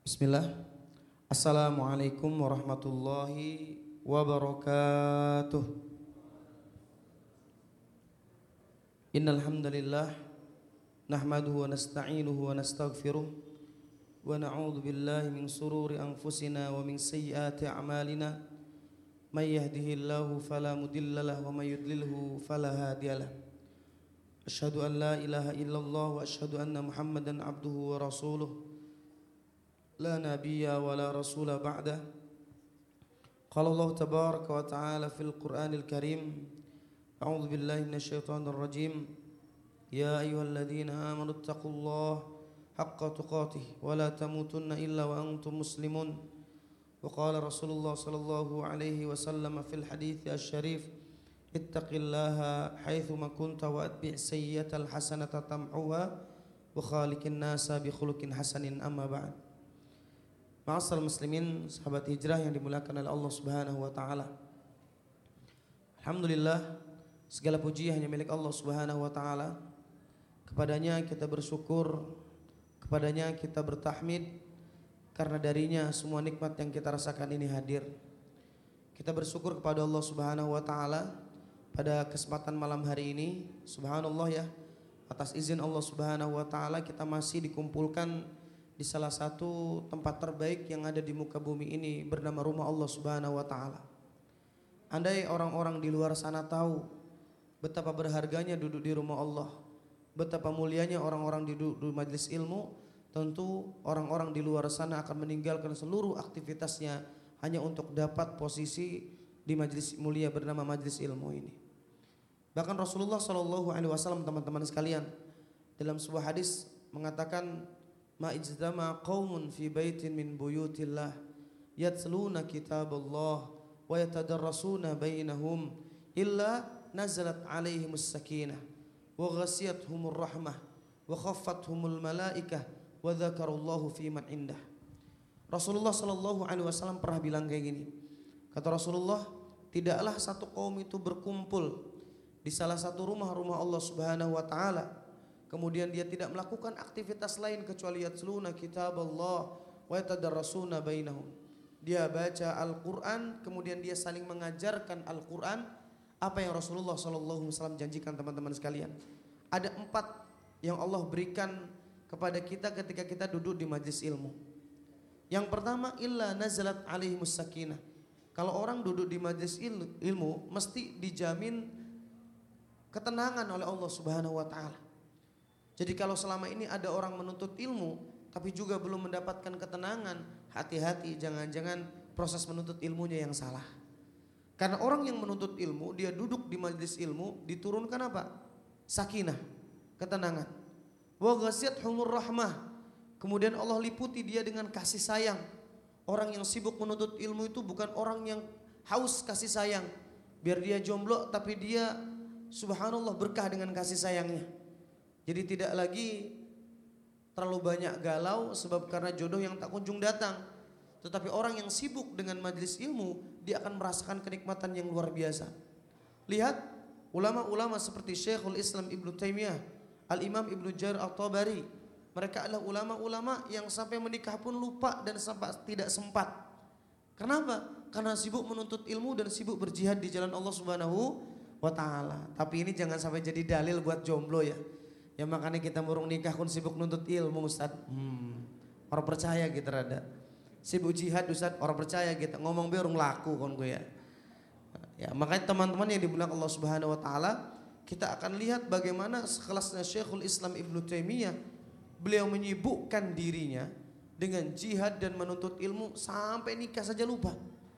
Bismillah. Assalamualaikum warahmatullahi wabarakatuh. Innal hamdalillah nahmaduhu wa nasta'inuhu wa nastaghfiruh wa na'udzu billahi min sururi anfusina wa min sayyiati a'malina. May yahdihillahu fala mudhillalah wa may yudlilhu fala hadiyalah. Asyhadu an la ilaha illallah wa asyhadu anna Muhammadan abduhu wa rasuluh. لا نبي ولا رسول بعده. قال الله تبارك وتعالى في القرآن الكريم: أعوذ بالله من الشيطان الرجيم. يا أيها الذين آمنوا اتقوا الله حق تقاته ولا تموتن إلا وأنتم مسلمون. وقال رسول الله صلى الله عليه وسلم في الحديث الشريف: اتق الله حيثما كنت وأتبع السيئة الحسنة تمحوها وخالق الناس بخلق حسن. أما بعد. Ma'asal muslimin, sahabat hijrah yang dimuliakan oleh Allah Subhanahu wa taala. Alhamdulillah, segala puji hanya milik Allah Subhanahu wa taala. Kepadanya kita bersyukur, kepadanya kita bertahmid, karena darinya semua nikmat yang kita rasakan ini hadir. Kita bersyukur kepada Allah Subhanahu wa taala pada kesempatan malam hari ini. Subhanallah ya, atas izin Allah Subhanahu wa taala kita masih dikumpulkan di salah satu tempat terbaik yang ada di muka bumi ini bernama rumah Allah Subhanahu wa taala. Andai orang-orang di luar sana tahu betapa berharganya duduk di rumah Allah, betapa mulianya orang-orang duduk di majelis ilmu, tentu orang-orang di luar sana akan meninggalkan seluruh aktivitasnya hanya untuk dapat posisi di majelis mulia bernama majelis ilmu ini. Bahkan Rasulullah SAW, teman-teman sekalian, dalam sebuah hadis mengatakan, ma ijtama qaumun fi baitin min buyutillah yatluna kitaballah wa yatadarrasuna bainahum illa nazalat alaihimus sakinah wa ghasiyatuhumur rahmah wa khaffathumul malaikah wa dzakarallahu fi man indah. Rasulullah sallallahu alaihi wasallam pernah bilang kayak gini. Kata Rasulullah, tidaklah satu kaum itu berkumpul di salah satu rumah-rumah Allah Subhanahu wa taala, kemudian dia tidak melakukan aktivitas lain kecuali yatluna kitaballah wa yatadarrasuna bainahum. Dia baca Al-Quran, kemudian dia saling mengajarkan Al-Quran. Apa yang Rasulullah SAW janjikan, teman-teman sekalian? Ada 4 yang Allah berikan kepada kita ketika kita duduk di majlis ilmu. Yang pertama, illa nazalat alaihimus sakinah. Kalau orang duduk di majlis ilmu mesti dijamin ketenangan oleh Allah Subhanahu wa taala. Jadi kalau selama ini ada orang menuntut ilmu tapi juga belum mendapatkan ketenangan, hati-hati, jangan-jangan proses menuntut ilmunya yang salah. Karena orang yang menuntut ilmu, dia duduk di majelis ilmu, diturunkan apa? Sakinah, ketenangan. Wa ghasiyatuhumur rahmah. Kemudian Allah liputi dia dengan kasih sayang. Orang yang sibuk menuntut ilmu itu bukan orang yang haus kasih sayang. Biar dia jomblo tapi dia subhanallah berkah dengan kasih sayangnya. Jadi tidak lagi terlalu banyak galau sebab karena jodoh yang tak kunjung datang. Tetapi orang yang sibuk dengan majelis ilmu, dia akan merasakan kenikmatan yang luar biasa. Lihat ulama-ulama seperti Syekhul Islam Ibnu Taimiyah, Al-Imam Ibnu Jarir At-Tabari. Mereka adalah ulama-ulama yang sampai menikah pun lupa dan sampai tidak sempat. Kenapa? Karena sibuk menuntut ilmu dan sibuk berjihad di jalan Allah Subhanahu wa taala. Tapi ini jangan sampai jadi dalil buat jomblo ya. Ya makanya kita murung nikah kun sibuk nuntut ilmu Ustaz. Orang percaya gitu rada. Sibuk jihad Ustaz, orang percaya gitu. Ngomong be urung laku kon gue ya. Ya makanya teman-teman yang dimuliakan Allah Subhanahu wa taala, kita akan lihat bagaimana sekelasnya Syekhul Islam Ibnu Taimiyah, beliau menyibukkan dirinya dengan jihad dan menuntut ilmu sampai nikah saja lupa.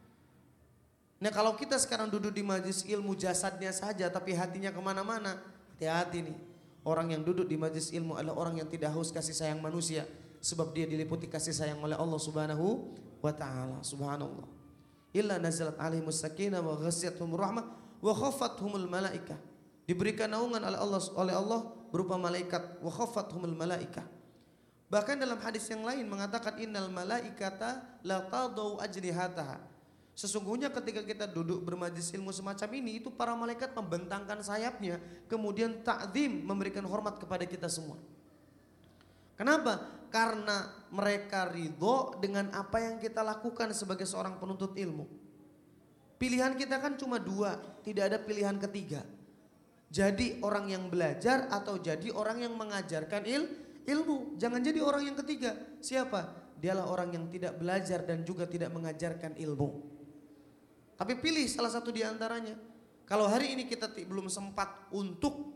Nah kalau kita sekarang duduk di majelis ilmu jasadnya saja tapi hatinya kemana-mana, hati-hati nih. Orang yang duduk di majlis ilmu adalah orang yang tidak haus kasih sayang manusia, sebab dia diliputi kasih sayang oleh Allah Subhanahu wa taala. Subhanallah. Illa nazalat alaihimus sakinah wa ghasiyatuhumur rahmah wa khaffathumul malaikah. Diberikan naungan oleh Allah berupa malaikat, wa khaffathumul malaikah. Bahkan dalam hadis yang lain mengatakan innal malaikata la tadau ajnihataha. Sesungguhnya ketika kita duduk bermajlis ilmu semacam ini, itu para malaikat membentangkan sayapnya, kemudian ta'zim, memberikan hormat kepada kita semua. Kenapa? Karena mereka ridho dengan apa yang kita lakukan sebagai seorang penuntut ilmu. Pilihan kita kan cuma dua, tidak ada pilihan ketiga. Jadi orang yang belajar atau jadi orang yang mengajarkan ilmu. Jangan jadi orang yang ketiga. Siapa? Dialah orang yang tidak belajar dan juga tidak mengajarkan ilmu. Tapi pilih salah satu di antaranya. Kalau hari ini kita belum sempat untuk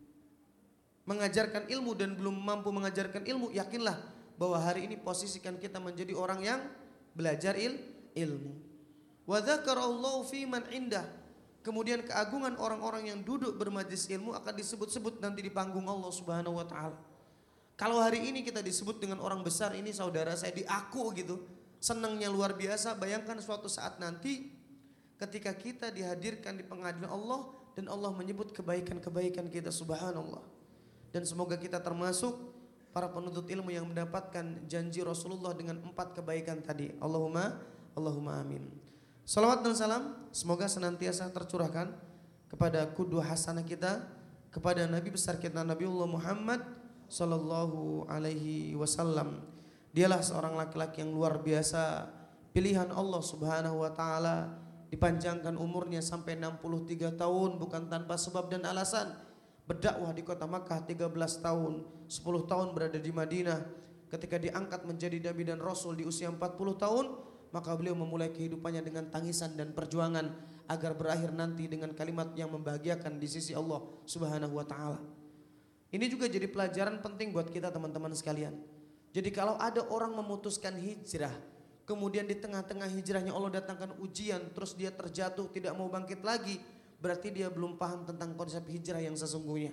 mengajarkan ilmu dan belum mampu mengajarkan ilmu, yakinlah bahwa hari ini posisikan kita menjadi orang yang belajar ilmu. Wa dzakarallahu fi man indah. Kemudian keagungan orang-orang yang duduk bermajlis ilmu akan disebut-sebut nanti di panggung Allah Subhanahu wa taala. Kalau hari ini kita disebut dengan orang besar, ini saudara saya diaku gitu, senangnya luar biasa. Bayangkan suatu saat nanti ketika kita dihadirkan di pengadilan Allah dan Allah menyebut kebaikan-kebaikan kita, subhanallah. Dan semoga kita termasuk para penuntut ilmu yang mendapatkan janji Rasulullah dengan 4 kebaikan tadi. Allahumma amin. Salawat dan salam semoga senantiasa tercurahkan kepada qudwah hasanah kita, kepada Nabi besar kita Nabiullah Muhammad sallallahu alaihi wasallam. Dialah seorang laki-laki yang luar biasa, pilihan Allah Subhanahu wa taala, dipanjangkan umurnya sampai 63 tahun bukan tanpa sebab dan alasan. Berdakwah di kota Makkah 13 tahun, 10 tahun berada di Madinah. Ketika diangkat menjadi Nabi dan Rasul di usia 40 tahun, maka beliau memulai kehidupannya dengan tangisan dan perjuangan agar berakhir nanti dengan kalimat yang membahagiakan di sisi Allah Subhanahu wa taala. Ini juga jadi pelajaran penting buat kita teman-teman sekalian. Jadi kalau ada orang memutuskan hijrah, kemudian di tengah-tengah hijrahnya Allah datangkan ujian, terus dia terjatuh tidak mau bangkit lagi, berarti dia belum paham tentang konsep hijrah yang sesungguhnya.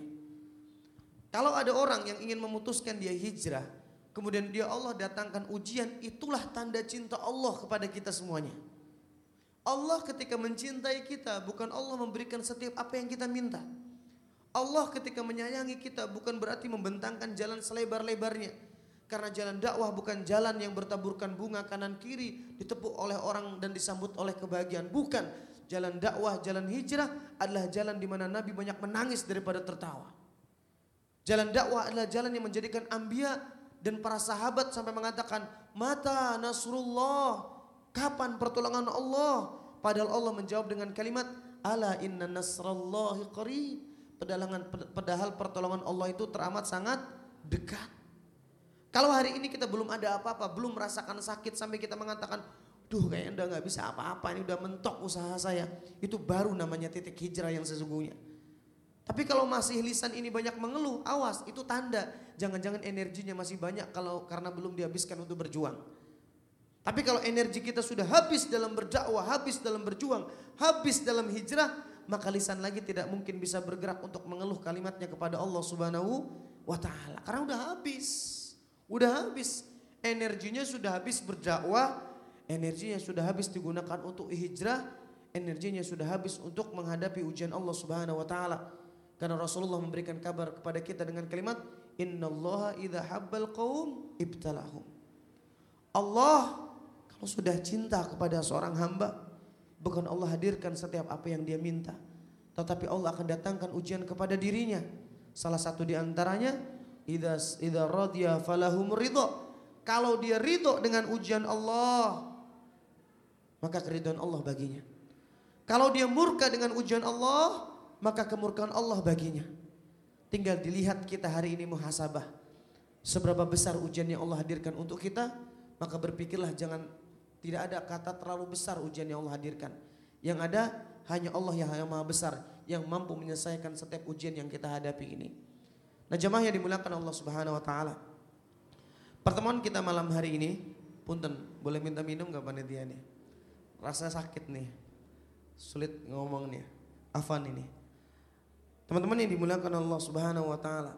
Kalau ada orang yang ingin memutuskan dia hijrah, kemudian dia Allah datangkan ujian, itulah tanda cinta Allah kepada kita semuanya. Allah ketika mencintai kita, bukan Allah memberikan setiap apa yang kita minta. Allah ketika menyayangi kita bukan berarti membentangkan jalan selebar-lebarnya. Karena jalan dakwah bukan jalan yang bertaburkan bunga kanan kiri, ditepuk oleh orang dan disambut oleh kebahagiaan. Bukan. Jalan dakwah, jalan hijrah adalah jalan di mana Nabi banyak menangis daripada tertawa. Jalan dakwah adalah jalan yang menjadikan anbiya dan para sahabat sampai mengatakan, "Mata nasrullah?" Kapan pertolongan Allah? Padahal Allah menjawab dengan kalimat, "Ala inna nasrallahi qarib." Padahal pertolongan Allah itu teramat sangat dekat. Kalau hari ini kita belum ada apa-apa, belum merasakan sakit sampai kita mengatakan, "Duh, kayaknya udah gak bisa apa-apa, ini udah mentok usaha saya." Itu baru namanya titik hijrah yang sesungguhnya. Tapi kalau masih lisan ini banyak mengeluh, awas, itu tanda jangan-jangan energinya masih banyak karena belum dihabiskan untuk berjuang. Tapi kalau energi kita sudah habis dalam berdakwah, habis dalam berjuang, habis dalam hijrah, maka lisan lagi tidak mungkin bisa bergerak untuk mengeluh kalimatnya kepada Allah Subhanahu wa taala. Karena udah habis. Energinya sudah habis berdakwah, energinya sudah habis digunakan untuk hijrah, energinya sudah habis untuk menghadapi ujian Allah Subhanahu wa taala. Karena Rasulullah memberikan kabar kepada kita dengan kalimat, "Innallaha idza habbal qaum ibtalahum." Allah kalau sudah cinta kepada seorang hamba, bukan Allah hadirkan setiap apa yang dia minta, tetapi Allah akan datangkan ujian kepada dirinya. Salah satu di antaranya, idza radiya falahum ridha. Kalau dia ridho dengan ujian Allah, maka keridhaan Allah baginya. Kalau dia murka dengan ujian Allah, maka kemurkaan Allah baginya. Tinggal dilihat kita hari ini muhasabah. Seberapa besar ujian yang Allah hadirkan untuk kita, maka berpikirlah tidak ada kata terlalu besar ujian yang Allah hadirkan. Yang ada hanya Allah yang maha besar, yang mampu menyelesaikan setiap ujian yang kita hadapi ini. Nah, jemaah yang dimuliakan Allah Subhanahu wa taala. Pertemuan kita malam hari ini, punten, boleh minta minum gak panitia nih? Rasa sakit nih, sulit ngomong nih, afan ini. Teman-teman yang dimuliakan Allah Subhanahu wa taala.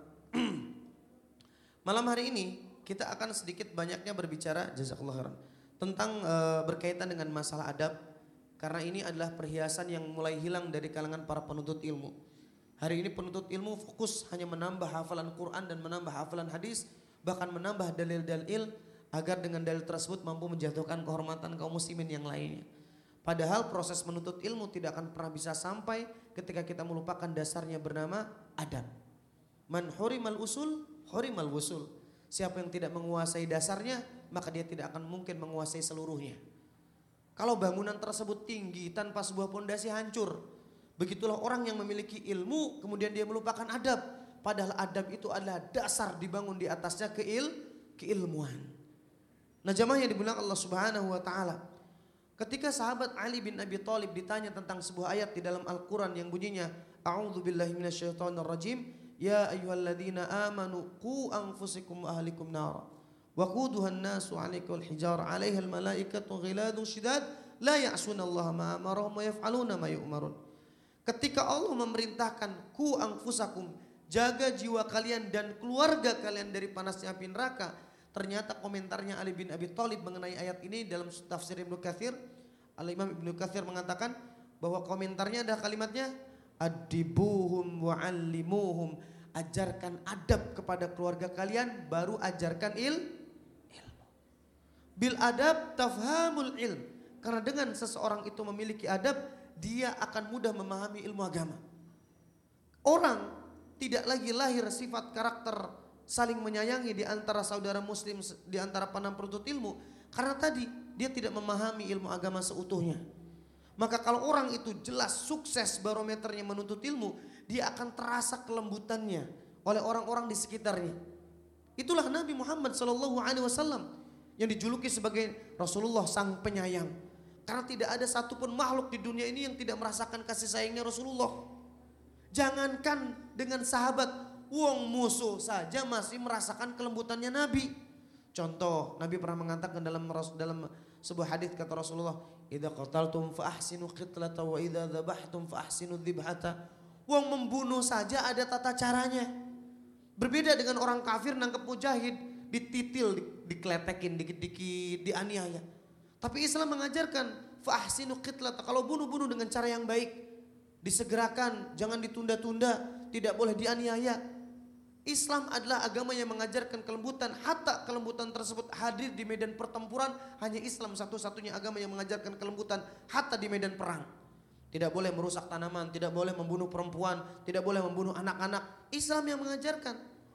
Malam hari ini kita akan sedikit banyaknya berbicara, jazakallahu khairan, tentang berkaitan dengan masalah adab. Karena ini adalah perhiasan yang mulai hilang dari kalangan para penuntut ilmu. Hari ini penuntut ilmu fokus hanya menambah hafalan Quran dan menambah hafalan hadis, bahkan menambah dalil-dalil agar dengan dalil tersebut mampu menjatuhkan kehormatan kaum muslimin yang lainnya. Padahal proses menuntut ilmu tidak akan pernah bisa sampai ketika kita melupakan dasarnya bernama adab. Man hurimal usul, hurimal wusul. Siapa yang tidak menguasai dasarnya, maka dia tidak akan mungkin menguasai seluruhnya. Kalau bangunan tersebut tinggi tanpa sebuah pondasi hancur. Begitulah orang yang memiliki ilmu kemudian dia melupakan adab. Padahal adab itu adalah dasar dibangun di atasnya keilmuan. Nah jamaah yang dimuliakan Allah Subhanahu wa taala. Ketika sahabat Ali bin Abi Thalib ditanya tentang sebuah ayat di dalam Al-Qur'an yang bunyinya A'udzubillahi minasyaitonirrajim. Ya ayyuhalladzina amanu qu anfusakum wa ahlikum nara waquduhan nasu 'alaikal hijar 'alaihal malaikatu ghiladun syidad la ya'sunallaha ma amarahum wa yaf'aluna ma yu'marun. Ketika Allah memerintahkan ku anfusakum, jaga jiwa kalian dan keluarga kalian dari panasnya api neraka, ternyata komentarnya Ali bin Abi Thalib mengenai ayat ini dalam tafsir Ibnu Katsir, Al-Imam Ibnu Katsir mengatakan bahwa komentarnya ada kalimatnya adibuhum wa'allimuhum, ajarkan adab kepada keluarga kalian baru ajarkan ilmu. Bil adab tafhamul ilm, karena dengan seseorang itu memiliki adab dia akan mudah memahami ilmu agama. Orang tidak lagi lahir sifat karakter saling menyayangi di antara saudara muslim, di antara penuntut ilmu, karena tadi dia tidak memahami ilmu agama seutuhnya. Maka kalau orang itu jelas sukses barometernya menuntut ilmu, dia akan terasa kelembutannya oleh orang-orang di sekitarnya. Itulah Nabi Muhammad SAW yang dijuluki sebagai Rasulullah sang penyayang. Karena tidak ada satupun makhluk di dunia ini yang tidak merasakan kasih sayangnya Rasulullah. Jangankan dengan sahabat, wong musuh saja masih merasakan kelembutannya Nabi. Contoh, Nabi pernah mengatakan dalam sebuah hadis kata Rasulullah, idza qataltum fa ahsinu qitlata wa idza dzabhtum fa ahsinu dzibhata. Wong membunuh saja ada tata caranya. Berbeda dengan orang kafir nangkep mujahid, dititil, dikletekin dikit-dikit, dianiaya. Tapi Islam mengajarkan fa ahsinu qitlata, kalau bunuh dengan cara yang baik. Disegerakan, jangan ditunda-tunda, tidak boleh dianiaya. Islam adalah agama yang mengajarkan kelembutan, hatta kelembutan tersebut hadir di medan pertempuran. Hanya Islam satu-satunya agama yang mengajarkan kelembutan hatta di medan perang. Tidak boleh merusak tanaman, tidak boleh membunuh perempuan, tidak boleh membunuh anak-anak. Islam yang mengajarkan.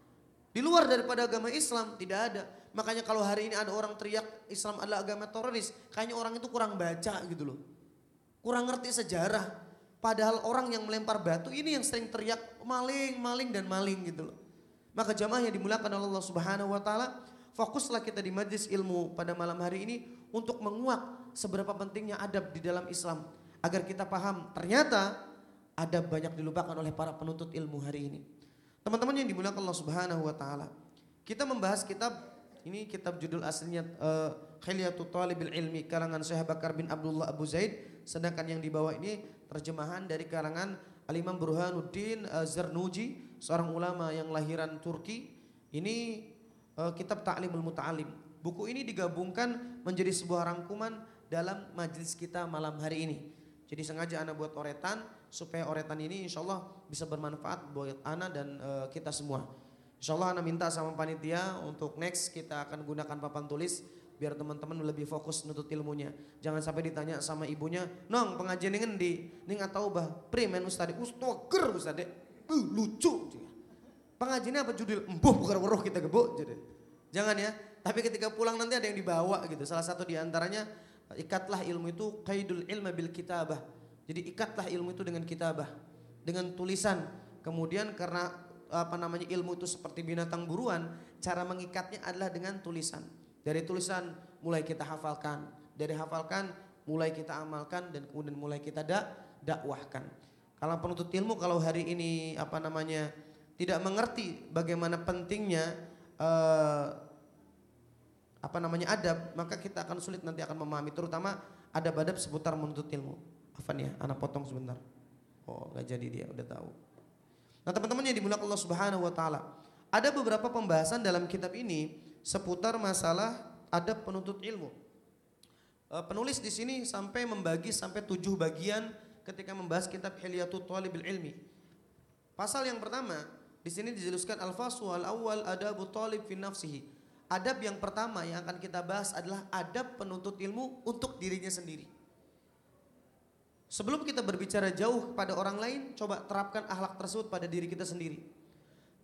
Di luar daripada agama Islam tidak ada. Makanya kalau hari ini ada orang teriak Islam adalah agama teroris, kayaknya orang itu kurang baca gitu loh. Kurang ngerti sejarah. Padahal orang yang melempar batu ini yang sering teriak maling, maling dan maling gitu loh. Maka jamaah yang dimuliakan oleh Allah Subhanahu wa taala, fokuslah kita di majlis ilmu pada malam hari ini untuk menguak seberapa pentingnya adab di dalam Islam agar kita paham ternyata adab banyak dilupakan oleh para penuntut ilmu hari ini. Teman-teman yang dimuliakan Allah Subhanahu wa taala, kita membahas kitab ini, kitab judul aslinya Hilyatul Thalibil Ilmi karangan Syekh Bakar bin Abdullah Abu Zaid, sedangkan yang di bawah ini terjemahan dari karangan Al-Imam Burhanuddin Zarnuji, seorang ulama yang lahiran Turki. Ini kitab Ta'limul Muta'alim. Buku ini digabungkan menjadi sebuah rangkuman dalam majlis kita malam hari ini. Jadi sengaja ana buat oretan supaya oretan ini insya Allah bisa bermanfaat buat ana dan kita semua. Insya Allah ana minta sama panitia untuk next kita akan gunakan papan tulis biar teman-teman lebih fokus nutut ilmunya. Jangan sampai ditanya sama ibunya, "Nong, pengajian ini ngendi?" "Ning atau bah, primen Ustaz." "Ustager Ustaz." Lucu. Pengajiannya apa judul? "Embuh bukan weruh kita gebuk." Jadi jangan ya. Tapi ketika pulang nanti ada yang dibawa gitu. Salah satu di antaranya, ikatlah ilmu itu qaidul ilma bil kitabah. Jadi ikatlah ilmu itu dengan kitabah, dengan tulisan. Kemudian karena ilmu itu seperti binatang buruan, cara mengikatnya adalah dengan tulisan. Dari tulisan mulai kita hafalkan, dari hafalkan mulai kita amalkan dan kemudian mulai kita dakwahkan. Kalau penuntut ilmu kalau hari ini tidak mengerti bagaimana pentingnya adab, maka kita akan sulit nanti akan memahami terutama adab-adab seputar menuntut ilmu. Afan ya, anak potong sebentar. Oh, enggak jadi dia udah tahu. Nah, teman-teman yang dimuliakan Allah Subhanahu wa taala, ada beberapa pembahasan dalam kitab ini seputar masalah adab penuntut ilmu. Penulis di sini sampai membagi sampai 7 bagian ketika membahas kitab Hilyatul Thalibil Ilmi. Pasal yang pertama di sini dijelaskan al-fasl al-awwal adabu talib fi nafsihi. Adab yang pertama yang akan kita bahas adalah adab penuntut ilmu untuk dirinya sendiri. Sebelum kita berbicara jauh pada orang lain, coba terapkan akhlak tersebut pada diri kita sendiri.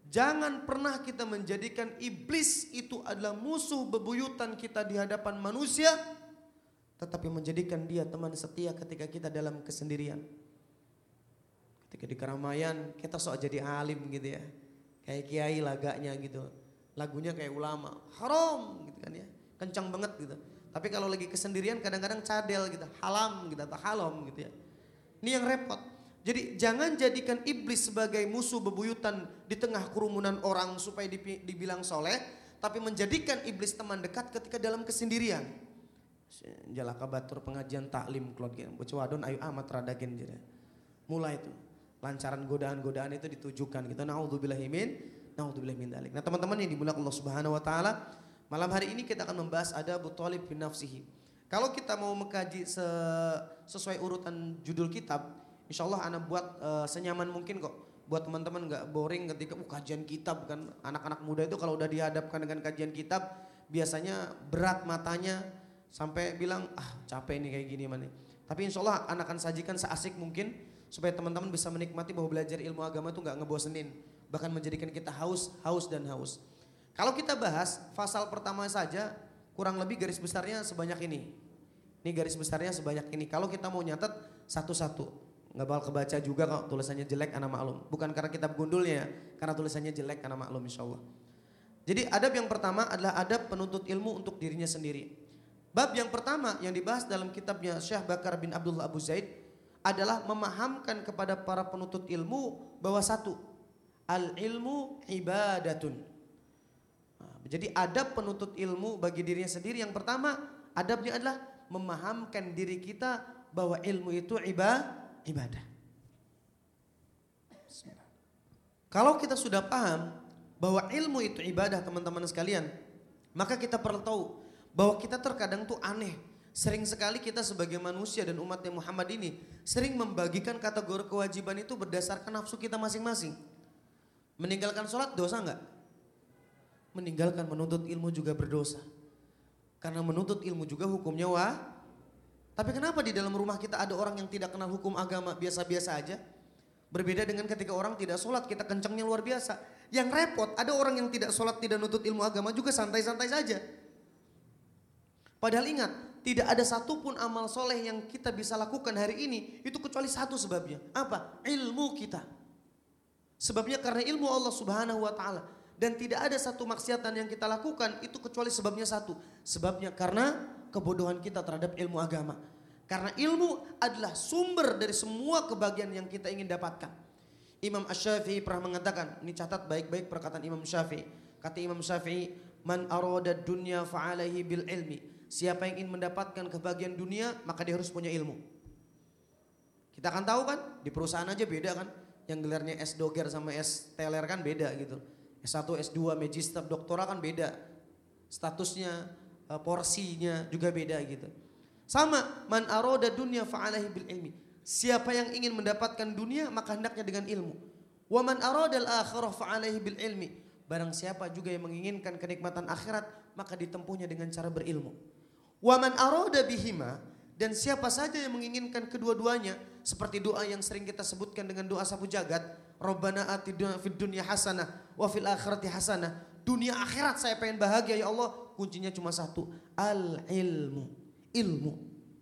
Jangan pernah kita menjadikan iblis itu adalah musuh bebuyutan kita di hadapan manusia, tetapi menjadikan dia teman setia ketika kita dalam kesendirian. Ketika di keramaian kita sok jadi alim gitu ya, kayak kiai laganya gitu, lagunya kayak ulama, haram gitu kan ya, kencang banget gitu. Tapi kalau lagi kesendirian kadang-kadang cadel gitu, halam gitu atau halom gitu ya. Ini yang repot. Jadi jangan jadikan iblis sebagai musuh bebuyutan di tengah kerumunan orang supaya dibilang soleh, tapi menjadikan iblis teman dekat ketika dalam kesendirian. Jalaka batur pengajian taklim keluarga, wadon ayu amat radagen jadi. Mulai itu lancaran godaan-godaan itu ditujukan gitu. Naudzubillahi min dzalik. Nah, teman-teman yang dimuliakan Allah Subhanahu wa taala, malam hari ini kita akan membahas ada Abu Thalib bin nafsihi. Kalau kita mau mengkaji sesuai urutan judul kitab, insya Allah anak buat senyaman mungkin kok. Buat teman-teman gak boring ketika kajian kitab kan. Anak-anak muda itu kalau udah dihadapkan dengan kajian kitab biasanya berat matanya sampai bilang capek nih kayak gini mana. Tapi insya Allah anak akan sajikan seasik mungkin supaya teman-teman bisa menikmati bahwa belajar ilmu agama itu gak ngebosenin. Bahkan menjadikan kita haus dan haus. Kalau kita bahas pasal pertama saja kurang lebih garis besarnya sebanyak ini. Ini garis besarnya sebanyak ini. Kalau kita mau nyatet satu-satu, nggak bakal kebaca juga kalau tulisannya jelek, ana maklum. Bukan karena kitab gundulnya, karena tulisannya jelek, ana maklum insyaallah. Jadi adab yang pertama adalah adab penuntut ilmu untuk dirinya sendiri. Bab yang pertama yang dibahas dalam kitabnya Syekh Bakar bin Abdullah Abu Zaid adalah memahamkan kepada para penuntut ilmu bahwa satu, al ilmu ibadatun. Jadi adab penuntut ilmu bagi dirinya sendiri yang pertama adabnya adalah memahamkan diri kita bahwa ilmu itu ibadah. Kalau kita sudah paham bahwa ilmu itu ibadah teman-teman sekalian, maka kita perlu tahu bahwa kita terkadang tuh aneh. Sering sekali kita sebagai manusia dan umatnya Muhammad ini sering membagikan kategori kewajiban itu berdasarkan nafsu kita masing-masing. Meninggalkan sholat dosa enggak? Meninggalkan menuntut ilmu juga berdosa. Karena menuntut ilmu juga hukumnya Tapi kenapa di dalam rumah kita ada orang yang tidak kenal hukum agama biasa-biasa aja? Berbeda dengan ketika orang tidak sholat kita kencangnya luar biasa. Yang repot ada orang yang tidak sholat tidak nuntut ilmu agama juga santai-santai saja. Padahal ingat tidak ada satupun amal soleh yang kita bisa lakukan hari ini itu kecuali satu sebabnya. Apa? Ilmu kita. Sebabnya karena ilmu Allah Subhanahu wa taala. Dan tidak ada satu maksiatan yang kita lakukan itu kecuali sebabnya satu. Sebabnya karena kebodohan kita terhadap ilmu agama. Karena ilmu adalah sumber dari semua kebahagiaan yang kita ingin dapatkan. Imam Asy-Syafi'i pernah mengatakan, ini catat baik-baik perkataan Imam Syafi'i. Kata Imam Syafi'i, man arada dunya fa'alaihi bil ilmi. Siapa yang ingin mendapatkan kebahagiaan dunia, maka dia harus punya ilmu. Kita akan tahu kan, di perusahaan aja beda kan. Yang gelarnya S Doger sama S Teler kan beda gitu. S1, S2, magister, doktoral kan beda. Statusnya, porsinya juga beda gitu. Sama, man arada dunya fa'alaihi bil ilmi. Siapa yang ingin mendapatkan dunia maka hendaknya dengan ilmu. Wa man arada al-akhirah fa'alaihi bil ilmi. Barang siapa juga yang menginginkan kenikmatan akhirat maka ditempuhnya dengan cara berilmu. Wa man arada bihima, dan siapa saja yang menginginkan kedua-duanya seperti doa yang sering kita sebutkan dengan doa sapu jagat, Rabbana atina fid dunya hasanah wa fil akhirati hasanah. Dunia akhirat saya pengen bahagia ya Allah. Kuncinya cuma satu, al-ilmu. Ilmu.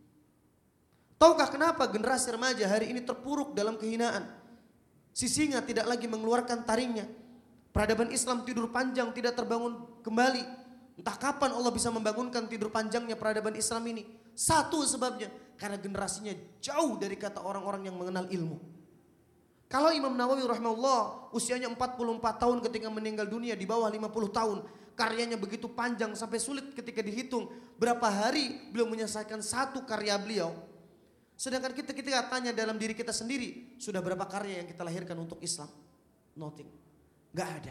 Tahukah kenapa generasi remaja hari ini terpuruk dalam kehinaan? Si singa tidak lagi mengeluarkan taringnya. Peradaban Islam tidur panjang tidak terbangun kembali. Entah kapan Allah bisa membangunkan tidur panjangnya peradaban Islam ini. Satu sebabnya karena generasinya jauh dari kata orang-orang yang mengenal ilmu. Kalau Imam Nawawi rahimahullah usianya 44 tahun ketika meninggal dunia di bawah 50 tahun. Karyanya begitu panjang sampai sulit ketika dihitung berapa hari beliau menyelesaikan satu karya beliau. Sedangkan kita tanya dalam diri kita sendiri, sudah berapa karya yang kita lahirkan untuk Islam? Nothing. Gak ada.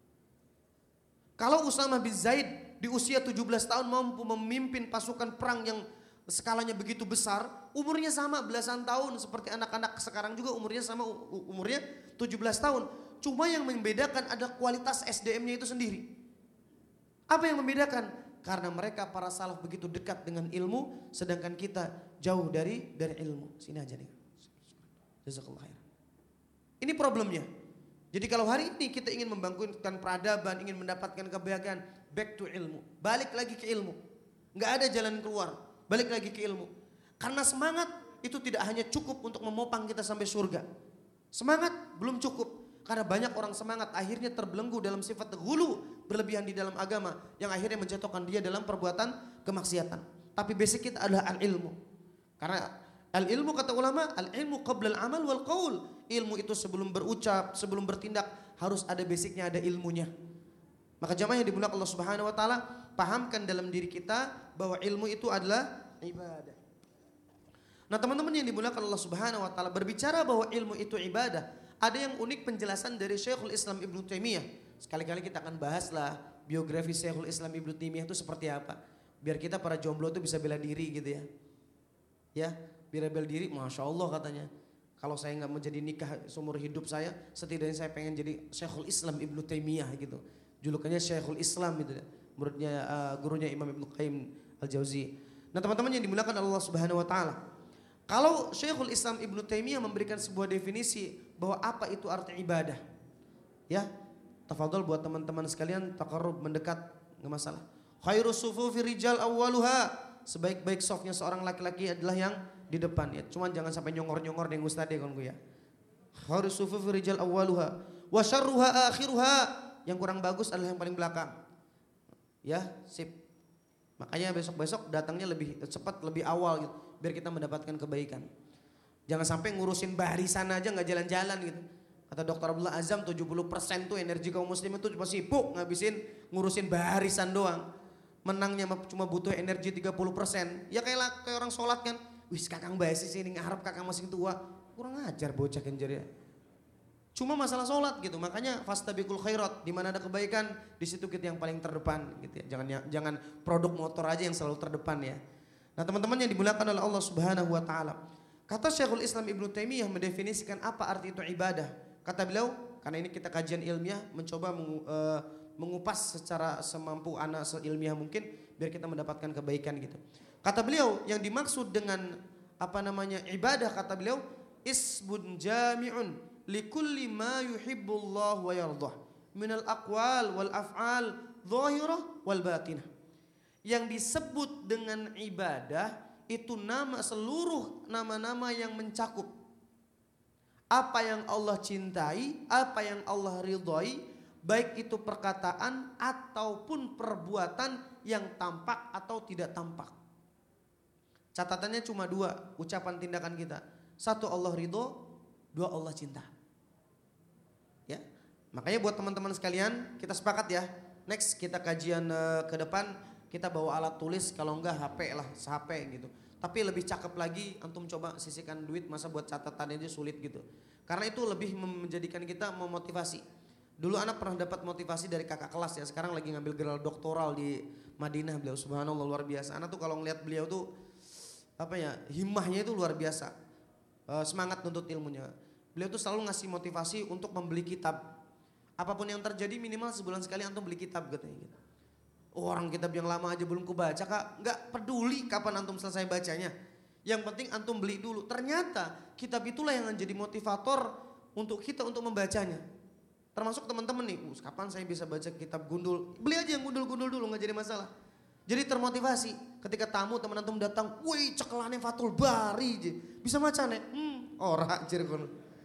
Kalau Usamah bin Zaid di usia 17 tahun mampu memimpin pasukan perang yang skalanya begitu besar, umurnya sama belasan tahun seperti anak-anak sekarang juga umurnya sama, umurnya 17 tahun. Cuma yang membedakan adalah kualitas SDM-nya itu sendiri. Apa yang membedakan? Karena mereka para salaf begitu dekat dengan ilmu, sedangkan kita jauh dari ilmu. Sini aja nih. Jazakallah khair. Ini problemnya. Jadi kalau hari ini kita ingin membangunkan peradaban, ingin mendapatkan kebahagiaan, back to ilmu. Balik lagi ke ilmu. Nggak ada jalan keluar, balik lagi ke ilmu. Karena semangat itu tidak hanya cukup untuk memopang kita sampai surga. Semangat belum cukup. Karena banyak orang semangat akhirnya terbelenggu dalam sifat ghulu, berlebihan di dalam agama, yang akhirnya menjatuhkan dia dalam perbuatan kemaksiatan. Tapi basic kita adalah al-ilmu. Karena al-ilmu kata ulama, al-ilmu qabla al-amal wal qaul. Ilmu itu sebelum berucap, sebelum bertindak harus ada basicnya, ada ilmunya. Maka jamaah yang dimuliakan Allah Subhanahu wa taala, pahamkan dalam diri kita bahwa ilmu itu adalah ibadah. Nah, teman-teman yang dimuliakan Allah Subhanahu wa taala, berbicara bahwa ilmu itu ibadah, ada yang unik penjelasan dari Syekhul Islam Ibnu Taimiyah. Sekali-kali kita akan bahaslah biografi Syekhul Islam Ibnu Taimiyah itu seperti apa. Biar kita para jomblo itu bisa bela diri gitu ya. Ya, biar bela diri, Masya Allah katanya. Kalau saya nggak menjadi nikah seumur hidup saya, setidaknya saya pengen jadi Syekhul Islam Ibnu Taimiyah gitu. Julukannya Syekhul Islam gitu. Muridnya gurunya Imam Ibnu Qayyim Al-Jauzi. Nah, teman-teman yang dimuliakan Allah Subhanahu wa taala. Kalau Syekhul Islam Ibnu Taimiyah memberikan sebuah definisi bahwa apa itu arti ibadah. Ya, tafadhol buat teman-teman sekalian taqarrub mendekat, enggak masalah. Khairus sufufi rijal awwaluha. Sebaik-baik safnya seorang laki-laki adalah yang di depan ya. Cuman jangan sampai nyongor-nyongor dengan ustaz ya kawanku ya. Khairus sufufi rijal awwaluha wa syarruha akhiruha. Yang kurang bagus adalah yang paling belakang. Ya, sip. Makanya besok-besok datangnya lebih cepat, lebih awal gitu, biar kita mendapatkan kebaikan. Jangan sampai ngurusin barisan aja nggak jalan-jalan gitu. Kata Dr. Abdullah Azam 70% tuh energi kaum muslim itu cuma sibuk ngabisin ngurusin barisan doang. Menangnya cuma butuh energi 30%. Ya kayak orang sholat kan. Wis kakang basi sini ngarep kakang masih tua. Kurang ajar bocah kenjer ya. Cuma masalah sholat gitu. Makanya fastabiqul khairat, di mana ada kebaikan di situ kita yang paling terdepan gitu ya. Jangan produk motor aja yang selalu terdepan ya. Nah, teman-teman yang dimuliakan oleh Allah Subhanahu wa taala. Kata Syekhul Islam Ibnu Taimiyah mendefinisikan apa arti itu ibadah. Kata beliau, karena ini kita kajian ilmiah, mencoba mengupas secara semampu anak seilmiah mungkin biar kita mendapatkan kebaikan gitu. Kata beliau, yang dimaksud dengan ibadah, kata beliau, isbun jami'un likulli ma yuhibbullah wa yardah minal aqwal wal af'al zahirah wal batinah. Yang disebut dengan ibadah itu seluruh nama-nama yang mencakup apa yang Allah cintai, apa yang Allah ridhoi, baik itu perkataan ataupun perbuatan yang tampak atau tidak tampak. Catatannya cuma 2, ucapan tindakan kita. 1 Allah ridho, 2 Allah cinta. Ya, makanya buat teman-teman sekalian kita sepakat ya. Next kita kajian ke depan kita bawa alat tulis, kalau enggak HP lah, se-HP gitu. Tapi lebih cakep lagi antum coba sisihkan duit, masa buat catatan aja sulit gitu. Karena itu lebih menjadikan kita memotivasi. Dulu anak pernah dapat motivasi dari kakak kelas ya, sekarang lagi ngambil gelar doktoral di Madinah beliau, subhanallah luar biasa. Anak tuh kalau ngeliat beliau tuh himmahnya itu luar biasa. Semangat nuntut ilmunya. Beliau tuh selalu ngasih motivasi untuk membeli kitab. Apapun yang terjadi minimal sebulan sekali antum beli kitab katanya gitu. Orang kitab yang lama aja belum kubaca kak, nggak peduli kapan antum selesai bacanya. Yang penting antum beli dulu. Ternyata kitab itulah yang menjadi motivator untuk kita untuk membacanya. Termasuk teman-teman nih, kapan saya bisa baca kitab gundul? Beli aja yang gundul-gundul dulu, nggak jadi masalah. Jadi termotivasi. Ketika tamu teman antum datang, wih cekelane Fathul Bari, bisa baca nih? Ora jirkon.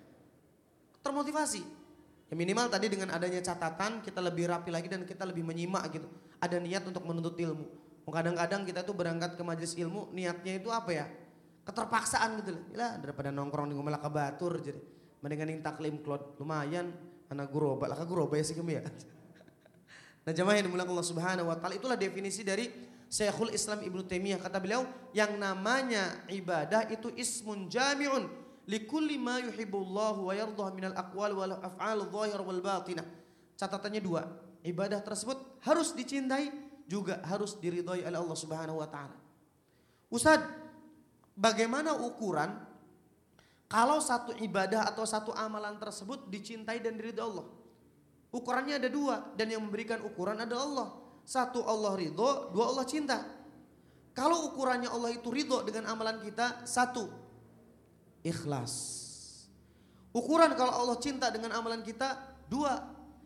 Termotivasi. Ya minimal tadi dengan adanya catatan kita lebih rapi lagi dan kita lebih menyimak gitu. Ada niat untuk menuntut ilmu. Kadang-kadang kita tuh berangkat ke majelis ilmu niatnya itu apa ya? Keterpaksaan gitu loh. Lah daripada nongkrong di Malaka Batur jadi. Mendingan yang taklim klot lumayan. Anak guroba, laka guroba ya sih kami ya. Nah jamaah yang dimuliakan Allah Subhanahu wa taala, itulah definisi dari Syekhul Islam Ibnu Taimiyah. Kata beliau, yang namanya ibadah itu ismun jami'un likulli ma yuhibbullahu wa yardah minal aqwal wal af'al dhahir wal batinah. Catatannya 2, ibadah tersebut harus dicintai juga harus diridhai oleh Allah Subhanahu wa taala. Ustaz, bagaimana ukuran kalau satu ibadah atau satu amalan tersebut dicintai dan diridhai Allah? Ukurannya ada 2 dan yang memberikan ukuran ada Allah. 1 Allah ridho, 2 Allah cinta. Kalau ukurannya Allah itu ridho dengan amalan kita, 1 ikhlas. Ukuran kalau Allah cinta dengan amalan kita, Dua,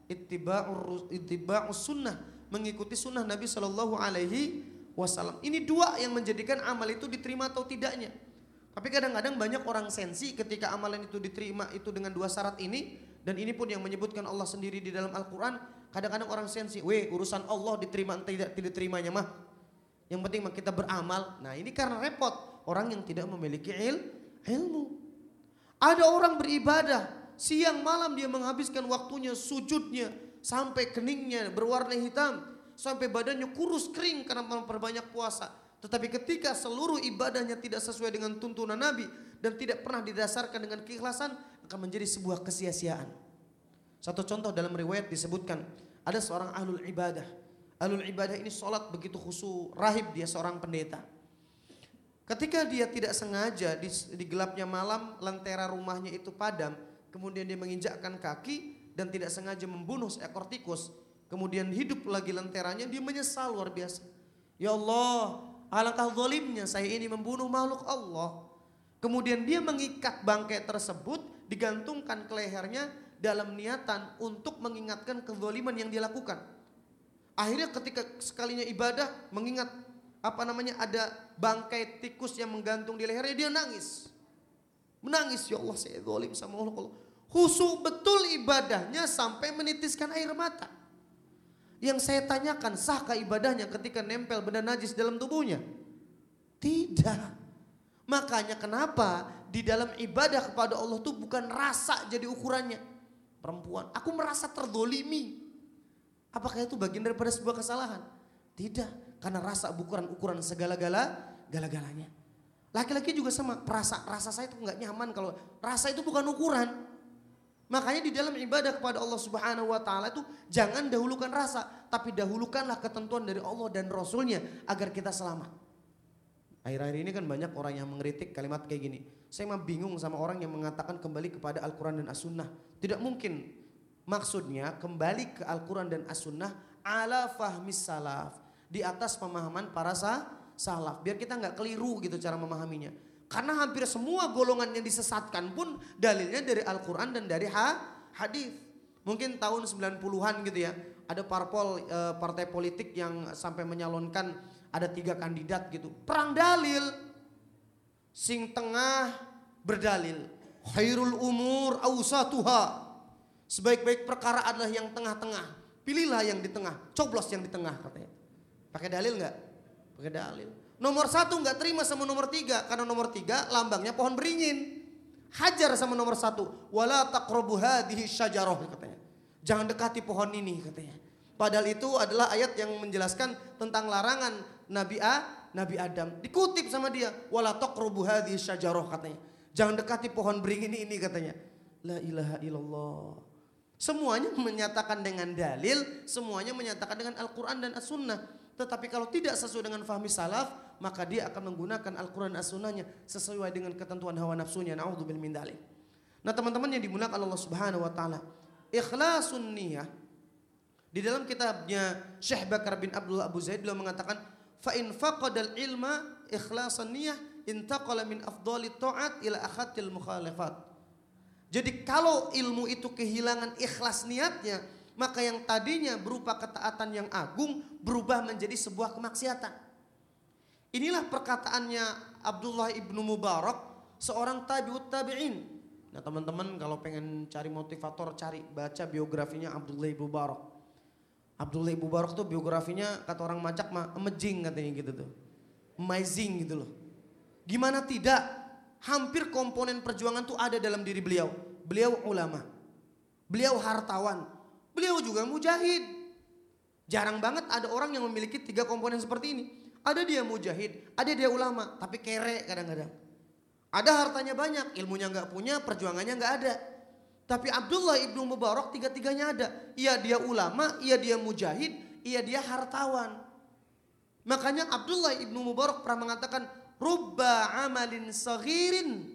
ittiba'us sunnah, mengikuti sunnah Nabi Shallallahu Alaihi Wasallam. Ini dua yang menjadikan amal itu diterima atau tidaknya. Tapi kadang-kadang banyak orang sensi ketika amalan itu diterima itu dengan dua syarat ini, dan ini pun yang menyebutkan Allah sendiri di dalam Al-Quran. Kadang-kadang orang sensi, urusan Allah diterima atau tidak diterimanya mah, yang penting mah kita beramal. Nah ini karena repot orang yang tidak memiliki ilmu. Ada orang beribadah siang malam dia menghabiskan waktunya, sujudnya sampai keningnya berwarna hitam, sampai badannya kurus kering karena memperbanyak puasa. Tetapi ketika seluruh ibadahnya tidak sesuai dengan tuntunan Nabi dan tidak pernah didasarkan dengan keikhlasan, akan menjadi sebuah kesia-siaan. Satu contoh dalam riwayat disebutkan, ada seorang ahlul ibadah. Ahlul ibadah ini sholat begitu khusyuk, rahib, dia seorang pendeta. Ketika dia tidak sengaja di gelapnya malam, lentera rumahnya itu padam, kemudian dia menginjakkan kaki dan tidak sengaja membunuh seekor tikus, kemudian hidup lagi lenteranya, dia menyesal luar biasa. Ya Allah, alangkah zalimnya saya ini membunuh makhluk Allah. Kemudian dia mengikat bangkai tersebut, digantungkan ke lehernya dalam niatan untuk mengingatkan kezaliman yang dia lakukan. Akhirnya ketika sekalinya ibadah mengingat ada bangkai tikus yang menggantung di lehernya, dia nangis. Menangis, ya Allah saya zalim sama Allah. Khusyuk betul ibadahnya sampai menitiskan air mata. Yang saya tanyakan, sahkah ibadahnya ketika nempel benda najis dalam tubuhnya? Tidak. Makanya kenapa di dalam ibadah kepada Allah itu bukan rasa jadi ukurannya. Perempuan, aku merasa terzolimi. Apakah itu bagian daripada sebuah kesalahan? Tidak, karena rasa bukan ukuran segala-galanya. Laki-laki juga sama, rasa saya itu nggak nyaman kalau rasa itu bukan ukuran. Makanya di dalam ibadah kepada Allah Subhanahu wa taala itu jangan dahulukan rasa, tapi dahulukanlah ketentuan dari Allah dan Rasulnya agar kita selamat. Akhir-akhir ini kan banyak orang yang mengkritik kalimat kayak gini. Saya mah bingung sama orang yang mengatakan kembali kepada Al-Quran dan As-Sunnah. Tidak mungkin. Maksudnya kembali ke Al-Quran dan As-Sunnah ala fahmis salaf, di atas pemahaman para salaf. Biar kita nggak keliru gitu cara memahaminya. Karena hampir semua golongan yang disesatkan pun dalilnya dari Al-Quran dan dari hadis. Mungkin tahun 90-an gitu ya, ada partai politik yang sampai menyalonkan ada 3 kandidat gitu. Perang dalil. Sing tengah berdalil, khairul umur awsatuha. Sebaik-baik perkara adalah yang tengah-tengah. Pilihlah yang di tengah, coblos yang di tengah katanya. Pakai dalil enggak? Pakai dalil. Nomor 1 enggak terima sama nomor 3, karena nomor 3 lambangnya pohon beringin. Hajar sama nomor 1, wala taqrabu hadhihi syajarah katanya. Jangan dekati pohon ini katanya. Padahal itu adalah ayat yang menjelaskan tentang larangan Nabi Adam. Dikutip sama dia, wala taqrabu hadhihi syajarah katanya. Jangan dekati pohon beringin ini katanya. La ilaha illallah. Semuanya menyatakan dengan dalil, semuanya menyatakan dengan Al-Quran dan As-Sunnah. Tetapi kalau tidak sesuai dengan fahmi salaf, maka dia akan menggunakan Al-Quran dan As-Sunnahnya sesuai dengan ketentuan hawa nafsunya. Na'udzubillah min dzalik. Nah teman-teman yang dimuliakan Allah Subhanahu wa taala, ikhlasun niyah di dalam kitabnya Syekh Bakar bin Abdullah Abu Zaid beliau mengatakan, fa in faqadal ilma ikhlasan niyah intaqala min afdhalit ta'at ila akhatil mukhalafat. Jadi kalau ilmu itu kehilangan ikhlas niatnya, maka yang tadinya berupa ketaatan yang agung berubah menjadi sebuah kemaksiatan. Inilah perkataannya Abdullah ibnu Mubarak, seorang tabi'ut tabi'in. Nah teman-teman kalau pengen cari motivator, baca biografinya Abdullah ibnu Mubarak. Abdullah ibnu Mubarak tuh biografinya kata orang Macak mah amazing katanya gitu tuh. Amazing gitu loh. Gimana tidak? Hampir komponen perjuangan tuh ada dalam diri beliau. Beliau ulama. Beliau hartawan. Beliau juga mujahid. Jarang banget ada orang yang memiliki 3 komponen seperti ini. Ada dia mujahid, ada dia ulama, tapi kere kadang-kadang. Ada hartanya banyak, ilmunya gak punya, perjuangannya gak ada. Tapi Abdullah ibnu Mubarak 3-tiganya ada. Iya dia ulama, iya dia mujahid, iya dia hartawan. Makanya Abdullah ibnu Mubarak pernah mengatakan, rubba amalin saghirin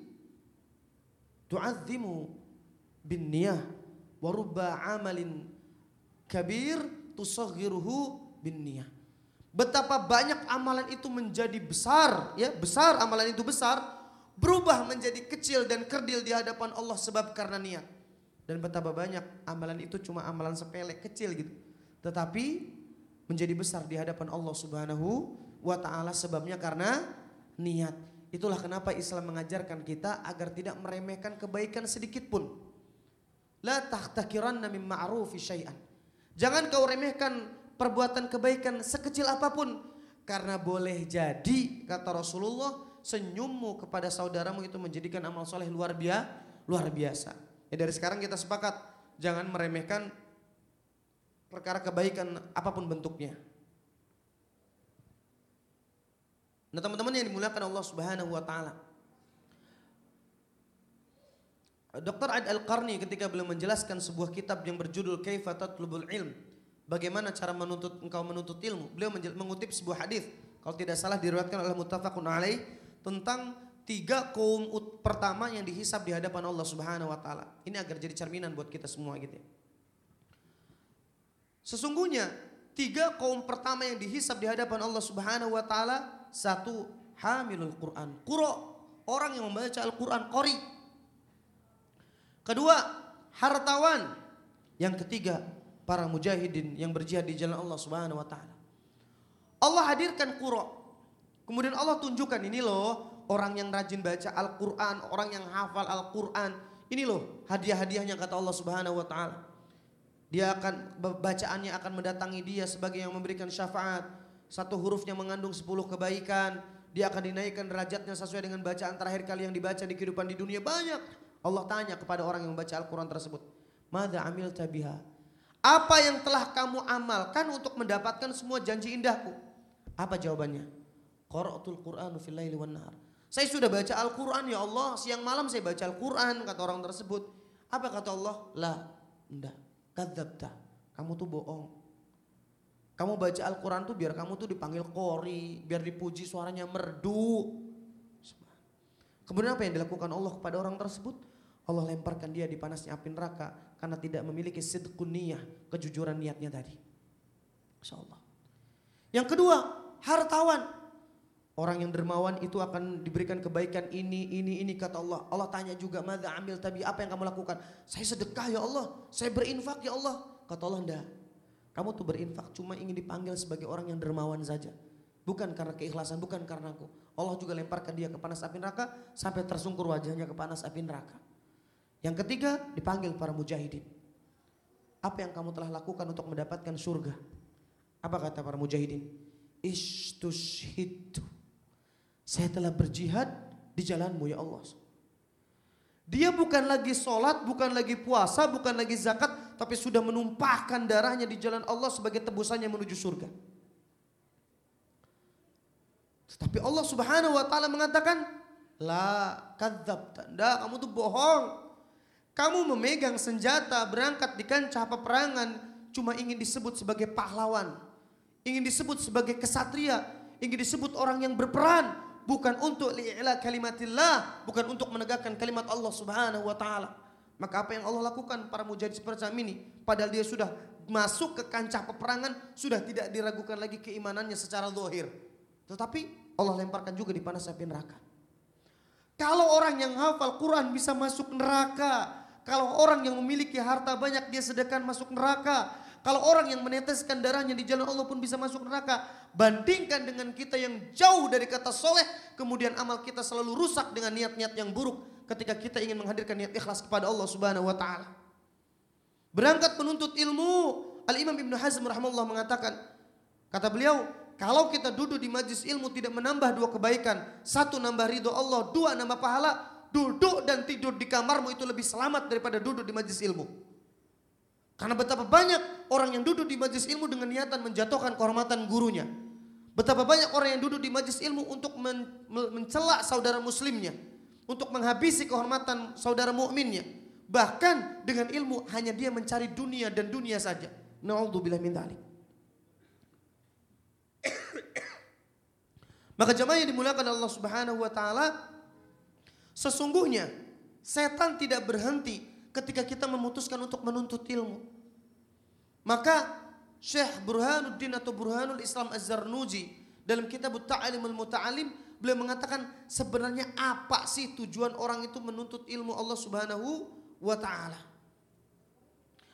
tu'azzimu bin niyah wa rubba amalin kabir tusaghiruhu bin niyah. Betapa banyak amalan itu menjadi besar, ya, besar amalan itu besar, berubah menjadi kecil dan kerdil di hadapan Allah sebab karena niat. Dan betapa banyak amalan itu cuma amalan sepele, kecil gitu. Tetapi menjadi besar di hadapan Allah Subhanahu wa ta'ala, sebabnya karena niat. Itulah kenapa Islam mengajarkan kita agar tidak meremehkan kebaikan sedikit pun. La tahtakiranna min ma'rufi syai'an. Jangan kau remehkan perbuatan kebaikan sekecil apapun. Karena boleh jadi, kata Rasulullah, senyummu kepada saudaramu itu menjadikan amal soleh luar biasa. Ya dari sekarang kita sepakat, jangan meremehkan perkara kebaikan apapun bentuknya. Nah teman-teman yang dimuliakan Allah Subhanahu wa ta'ala, Dr. A'id Al-Qarni ketika beliau menjelaskan sebuah kitab yang berjudul Kaifa Tatlubul Ilm, bagaimana cara engkau menuntut ilmu, beliau mengutip sebuah hadis, kalau tidak salah diriwayatkan oleh Muttafaqun Alaih, tentang 3 kaum pertama yang dihisab di hadapan Allah Subhanahu wa ta'ala. Ini agar jadi cerminan buat kita semua gitu ya. Sesungguhnya 3 kaum pertama yang dihisab di hadapan Allah Subhanahu wa ta'ala, 1, hamilul Quran, orang yang membaca Al-Quran, qori. Kedua, hartawan. Yang ketiga, para mujahidin yang berjihad di jalan Allah Subhanahu wa ta'ala. Allah hadirkan qura. Kemudian Allah tunjukkan, ini loh orang yang rajin baca Al-Quran, orang yang hafal Al-Quran. Ini loh hadiah-hadiahnya kata Allah Subhanahu wa ta'ala. Dia akan, bacaannya akan mendatangi dia sebagai yang memberikan syafaat. 1 hurufnya mengandung 10 kebaikan. Dia akan dinaikkan derajatnya sesuai dengan bacaan terakhir kali yang dibaca di kehidupan di dunia. Banyak. Allah tanya kepada orang yang membaca Al-Quran tersebut, Madza amilta biha? Apa yang telah kamu amalkan untuk mendapatkan semua janji indahku? Apa jawabannya? Qara'tul Qur'anu fil laili wan nahar. Saya sudah baca Al-Quran ya Allah, siang malam saya baca Al-Quran, kata orang tersebut. Apa kata Allah? La, enggak, kadzabta, kamu tuh bohong. Kamu baca Al-Quran tuh biar kamu tuh dipanggil qori, biar dipuji suaranya merdu. Kemudian apa yang dilakukan Allah kepada orang tersebut? Allah lemparkan dia di panasnya api neraka karena tidak memiliki sidqun niyah, kejujuran niatnya tadi. Insyaallah. Yang kedua, hartawan. Orang yang dermawan itu akan diberikan kebaikan ini kata Allah. Allah tanya juga, madza amil tabi, apa yang kamu lakukan? Saya sedekah ya Allah, saya berinfak ya Allah. Kata Allah, enggak. Kamu tuh berinfak cuma ingin dipanggil sebagai orang yang dermawan saja. Bukan karena keikhlasan, bukan karena aku. Allah juga lemparkan dia ke panas api neraka sampai tersungkur wajahnya ke panas api neraka. Yang ketiga, dipanggil para mujahidin. Apa yang kamu telah lakukan untuk mendapatkan surga? Apa kata para mujahidin? Istushhidtu. Saya telah berjihad di jalanmu ya Allah. Dia bukan lagi sholat, bukan lagi puasa, bukan lagi zakat, tapi sudah menumpahkan darahnya di jalan Allah sebagai tebusannya menuju surga. Tapi Allah Subhanahu wa ta'ala mengatakan, la kadzabta, kamu tuh bohong. Kamu memegang senjata berangkat di kancah peperangan cuma ingin disebut sebagai pahlawan, ingin disebut sebagai kesatria, ingin disebut orang yang berperan, bukan untuk li'ila kalimatillah, bukan untuk menegakkan kalimat Allah Subhanahu wa ta'ala. Maka apa yang Allah lakukan para mujahid seperti ini, padahal dia sudah masuk ke kancah peperangan, sudah tidak diragukan lagi keimanannya secara zahir. Tetapi Allah lemparkan juga di panas api neraka. Kalau orang yang hafal Quran bisa masuk neraka, kalau orang yang memiliki harta banyak dia sedekah masuk neraka, kalau orang yang meneteskan darahnya di jalan Allah pun bisa masuk neraka. Bandingkan dengan kita yang jauh dari kata soleh, kemudian amal kita selalu rusak dengan niat-niat yang buruk ketika kita ingin menghadirkan niat ikhlas kepada Allah Subhanahu wa ta'ala. Berangkat menuntut ilmu, Al-Imam Ibn Hazm rahimahullah mengatakan, kata beliau, kalau kita duduk di majlis ilmu tidak menambah 2 kebaikan, 1 nambah ridho Allah, 2 nambah pahala, duduk dan tidur di kamarmu itu lebih selamat daripada duduk di majlis ilmu. Karena betapa banyak orang yang duduk di majlis ilmu dengan niatan menjatuhkan kehormatan gurunya. Betapa banyak orang yang duduk di majlis ilmu untuk mencela saudara muslimnya, untuk menghabisi kehormatan saudara mukminnya. Bahkan dengan ilmu hanya dia mencari dunia dan dunia saja. Na'udzubillah min dzalik. Maka jemaah yang dimuliakan Allah Subhanahu wa ta'ala, sesungguhnya setan tidak berhenti ketika kita memutuskan untuk menuntut ilmu. Maka Syekh Burhanuddin atau Burhanul Islam Az-Zarnuji dalam kitab Ta'alimul Muta'alim, beliau mengatakan sebenarnya apa sih tujuan orang itu menuntut ilmu Allah Subhanahu wa ta'ala.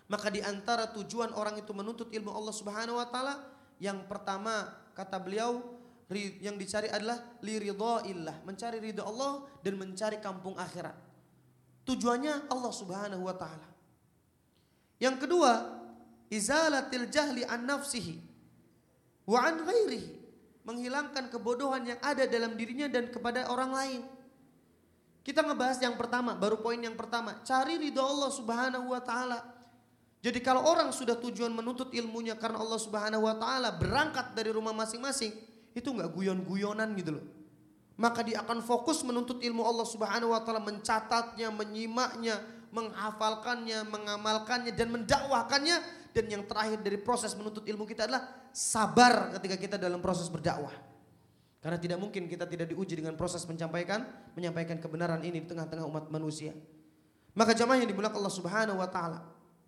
Maka di antara tujuan orang itu menuntut ilmu Allah Subhanahu wa taala, yang pertama kata beliau yang dicari adalah liridhaillah, mencari ridha Allah dan mencari kampung akhirat. Tujuannya Allah Subhanahu wa taala. Yang kedua, izalatil jahli an nafsihi wa an ghairihi, menghilangkan kebodohan yang ada dalam dirinya dan kepada orang lain. Kita ngebahas yang pertama, baru poin yang pertama, cari ridha Allah Subhanahu wa taala. Jadi kalau orang sudah tujuan menuntut ilmunya karena Allah Subhanahu wa taala, berangkat dari rumah masing-masing, itu enggak guyon-guyonan gitu loh. Maka dia akan fokus menuntut ilmu Allah Subhanahu wa taala, mencatatnya, menyimaknya, menghafalkannya, mengamalkannya dan mendakwahkannya. Dan yang terakhir dari proses menuntut ilmu kita adalah sabar ketika kita dalam proses berdakwah. Karena tidak mungkin kita tidak diuji dengan proses menyampaikan kebenaran ini di tengah-tengah umat manusia. Maka jamaah yang dimuliakan Allah Subhanahu wa taala,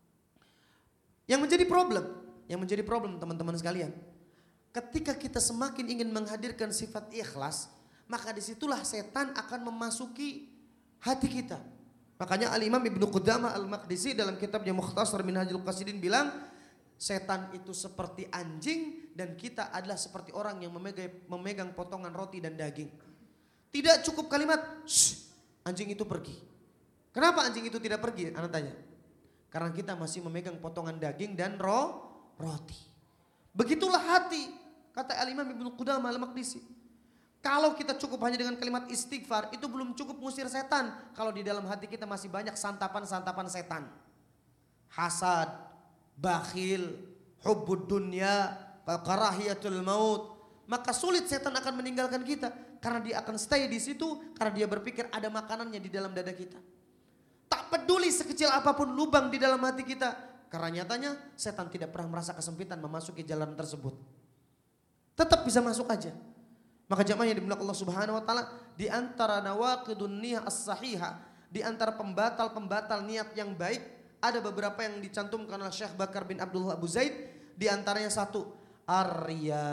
yang menjadi problem teman-teman sekalian, ketika kita semakin ingin menghadirkan sifat ikhlas, maka disitulah setan akan memasuki hati kita. Makanya Al-Imam Ibnu Qudamah Al-Maqdisi dalam kitabnya Mukhtasar Minhajul Qasidin bilang, setan itu seperti anjing dan kita adalah seperti orang yang memegang potongan roti dan daging. Tidak cukup kalimat, anjing itu pergi. Kenapa anjing itu tidak pergi? Anda tanya. Karena kita masih memegang potongan daging dan roti. Begitulah hati, kata Al-Imam Ibnu Qudamah Al-Maqdisi. Kalau kita cukup hanya dengan kalimat istighfar, itu belum cukup mengusir setan. Kalau di dalam hati kita masih banyak santapan-santapan setan. Hasad, bakhil, hubbud dunya, karahiyatul maut. Maka sulit setan akan meninggalkan kita. Karena dia akan stay di situ, karena dia berpikir ada makanannya di dalam dada kita. Tak peduli sekecil apapun lubang di dalam hati kita. Karena nyatanya setan tidak pernah merasa kesempitan memasuki jalan tersebut. Tetap bisa masuk aja. Maka jamaah yang dimuliakan Allah Subhanahu wa taala, di antara nawaqidun niyah as-sahihah, di antara pembatal-pembatal niat yang baik, ada beberapa yang dicantumkan oleh Syekh Bakar bin Abdullah Abu Zaid. Di antaranya satu, ar-riya.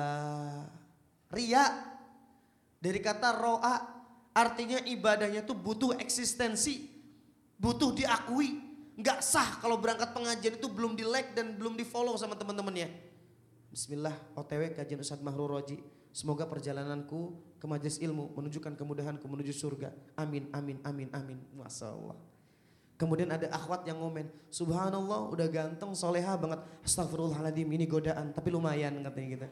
Riya dari kata ro'a, artinya ibadahnya itu butuh eksistensi, butuh diakui. Nggak sah kalau berangkat pengajian itu belum di like dan belum di follow sama teman-temannya. Bismillah, OTW kajian Ustadz Mahrur Roji. Semoga perjalananku ke majelis ilmu menunjukkan kemudahanku menuju surga. Amin, amin, amin, amin. Masya Allah. Kemudian ada akhwat yang ngomen, subhanallah udah ganteng, soleha banget. Astagfirullahaladzim, ini godaan, tapi lumayan katanya gitu.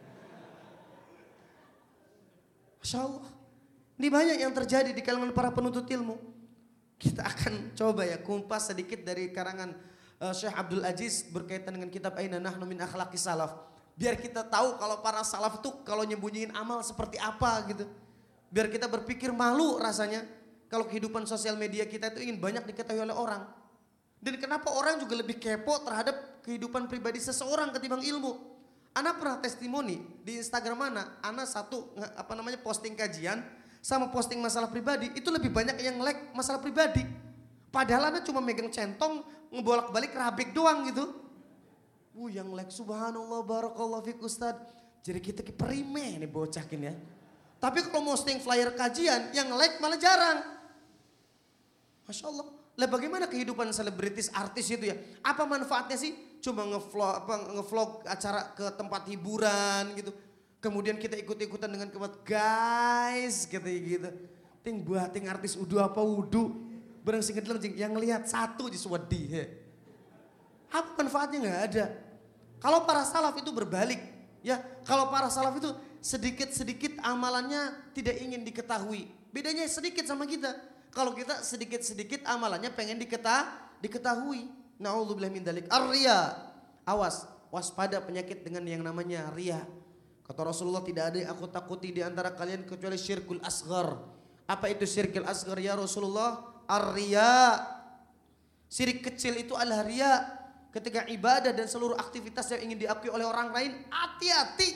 Masya Allah. Ini banyak yang terjadi di kalangan para penuntut ilmu. Kita akan coba ya kumpas sedikit dari karangan Syekh Abdul Aziz berkaitan dengan kitab Aina Nahnu min Akhlaqis Salaf. Biar kita tahu kalau para salaf itu kalau nyembunyiin amal seperti apa gitu. Biar kita berpikir malu rasanya kalau kehidupan sosial media kita itu ingin banyak diketahui oleh orang. Dan kenapa orang juga lebih kepo terhadap kehidupan pribadi seseorang ketimbang ilmu. Ana pernah testimoni di Instagram Ana satu posting kajian sama posting masalah pribadi itu lebih banyak yang like masalah pribadi. Padahal Ana cuma megang centong ngebolak-balik rabik doang gitu. Yang like subhanallah barakallah fiik Ustad. Jadi kita keperime nih bocakin ya. Tapi kalau posting flyer kajian yang like malah jarang. Masya Allah. Lah bagaimana kehidupan selebritis artis itu ya? Apa manfaatnya sih? Cuma ngevlog acara ke tempat hiburan gitu. Kemudian kita ikut-ikutan dengan kemat guys gitu. Ting artis udu apa udu. Barang sing yang ngelihat satu aja swedi. Apa manfaatnya nggak ada. Kalau para salaf itu berbalik, ya. Kalau para salaf itu sedikit-sedikit amalannya tidak ingin diketahui. Bedanya sedikit sama kita. Kalau kita sedikit-sedikit amalannya pengen diketahui. Na'udzubillah min dzalik. Ar-riya. Awas, waspada penyakit dengan yang namanya riya. Kata Rasulullah, tidak ada yang aku takuti di antara kalian kecuali syirkul asghar. Apa itu syirkul asghar ya Rasulullah? Ar-riya. Syirik kecil itu adalah riya. Ketika ibadah dan seluruh aktivitas yang ingin diakui oleh orang lain, hati-hati.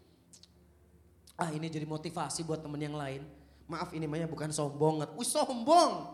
Ini jadi motivasi buat temen yang lain. Maaf ini namanya bukan sombong. Sombong.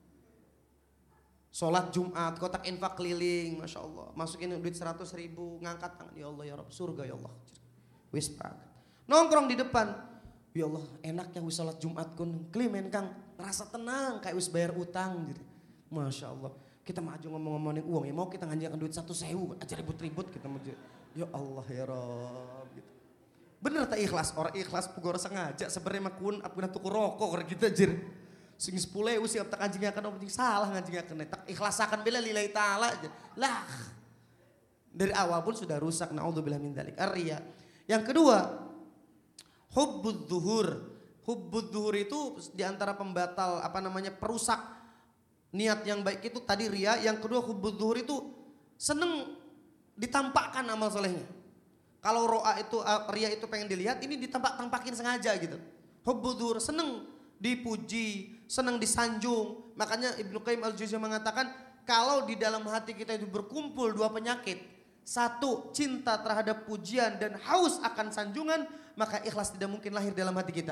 Sholat Jumat, kotak infak keliling, Masya Allah. Masukin duit 100.000, ngangkat tangan. Ya Allah ya Rabb, surga ya Allah. Wis banget. Nongkrong di depan. Ya Allah enaknya wis sholat Jumat kun. Klimen kang, rasa tenang kayak wis bayar utang gitu. Masya Allah. Kita maju ngomong-ngomongin uang ya, mau kita nganjakan duit 1.000 aja ribut-ribut kita mau. Ya Allah ya Rob gitu. Bener tak ikhlas, orang ikhlas pugor sengaja sebenarnya mah kun apuna tuku rokok keur kita jir. Sing 10.000 siap tak anjingakan opting salah nganjingakan tak ikhlasakan bila lillahi taala aja. Lah. Dari awal pun sudah rusak, naudzubillah min dzalik. Ar-riya. Yang kedua, hubbudz zuhur. Hubbudz zuhur itu diantara pembatal perusak niat yang baik itu tadi riya. Yang kedua hubbudz zuhur itu seneng ditampakkan amal solehnya. Kalau riya itu pengen dilihat, ini ditampak-tampakin sengaja gitu. Hubbudz zuhur seneng dipuji, seneng disanjung. Makanya Ibnu Qayyim al-Jauziyah mengatakan kalau di dalam hati kita itu berkumpul dua penyakit. Satu, cinta terhadap pujian dan haus akan sanjungan, maka ikhlas tidak mungkin lahir dalam hati kita.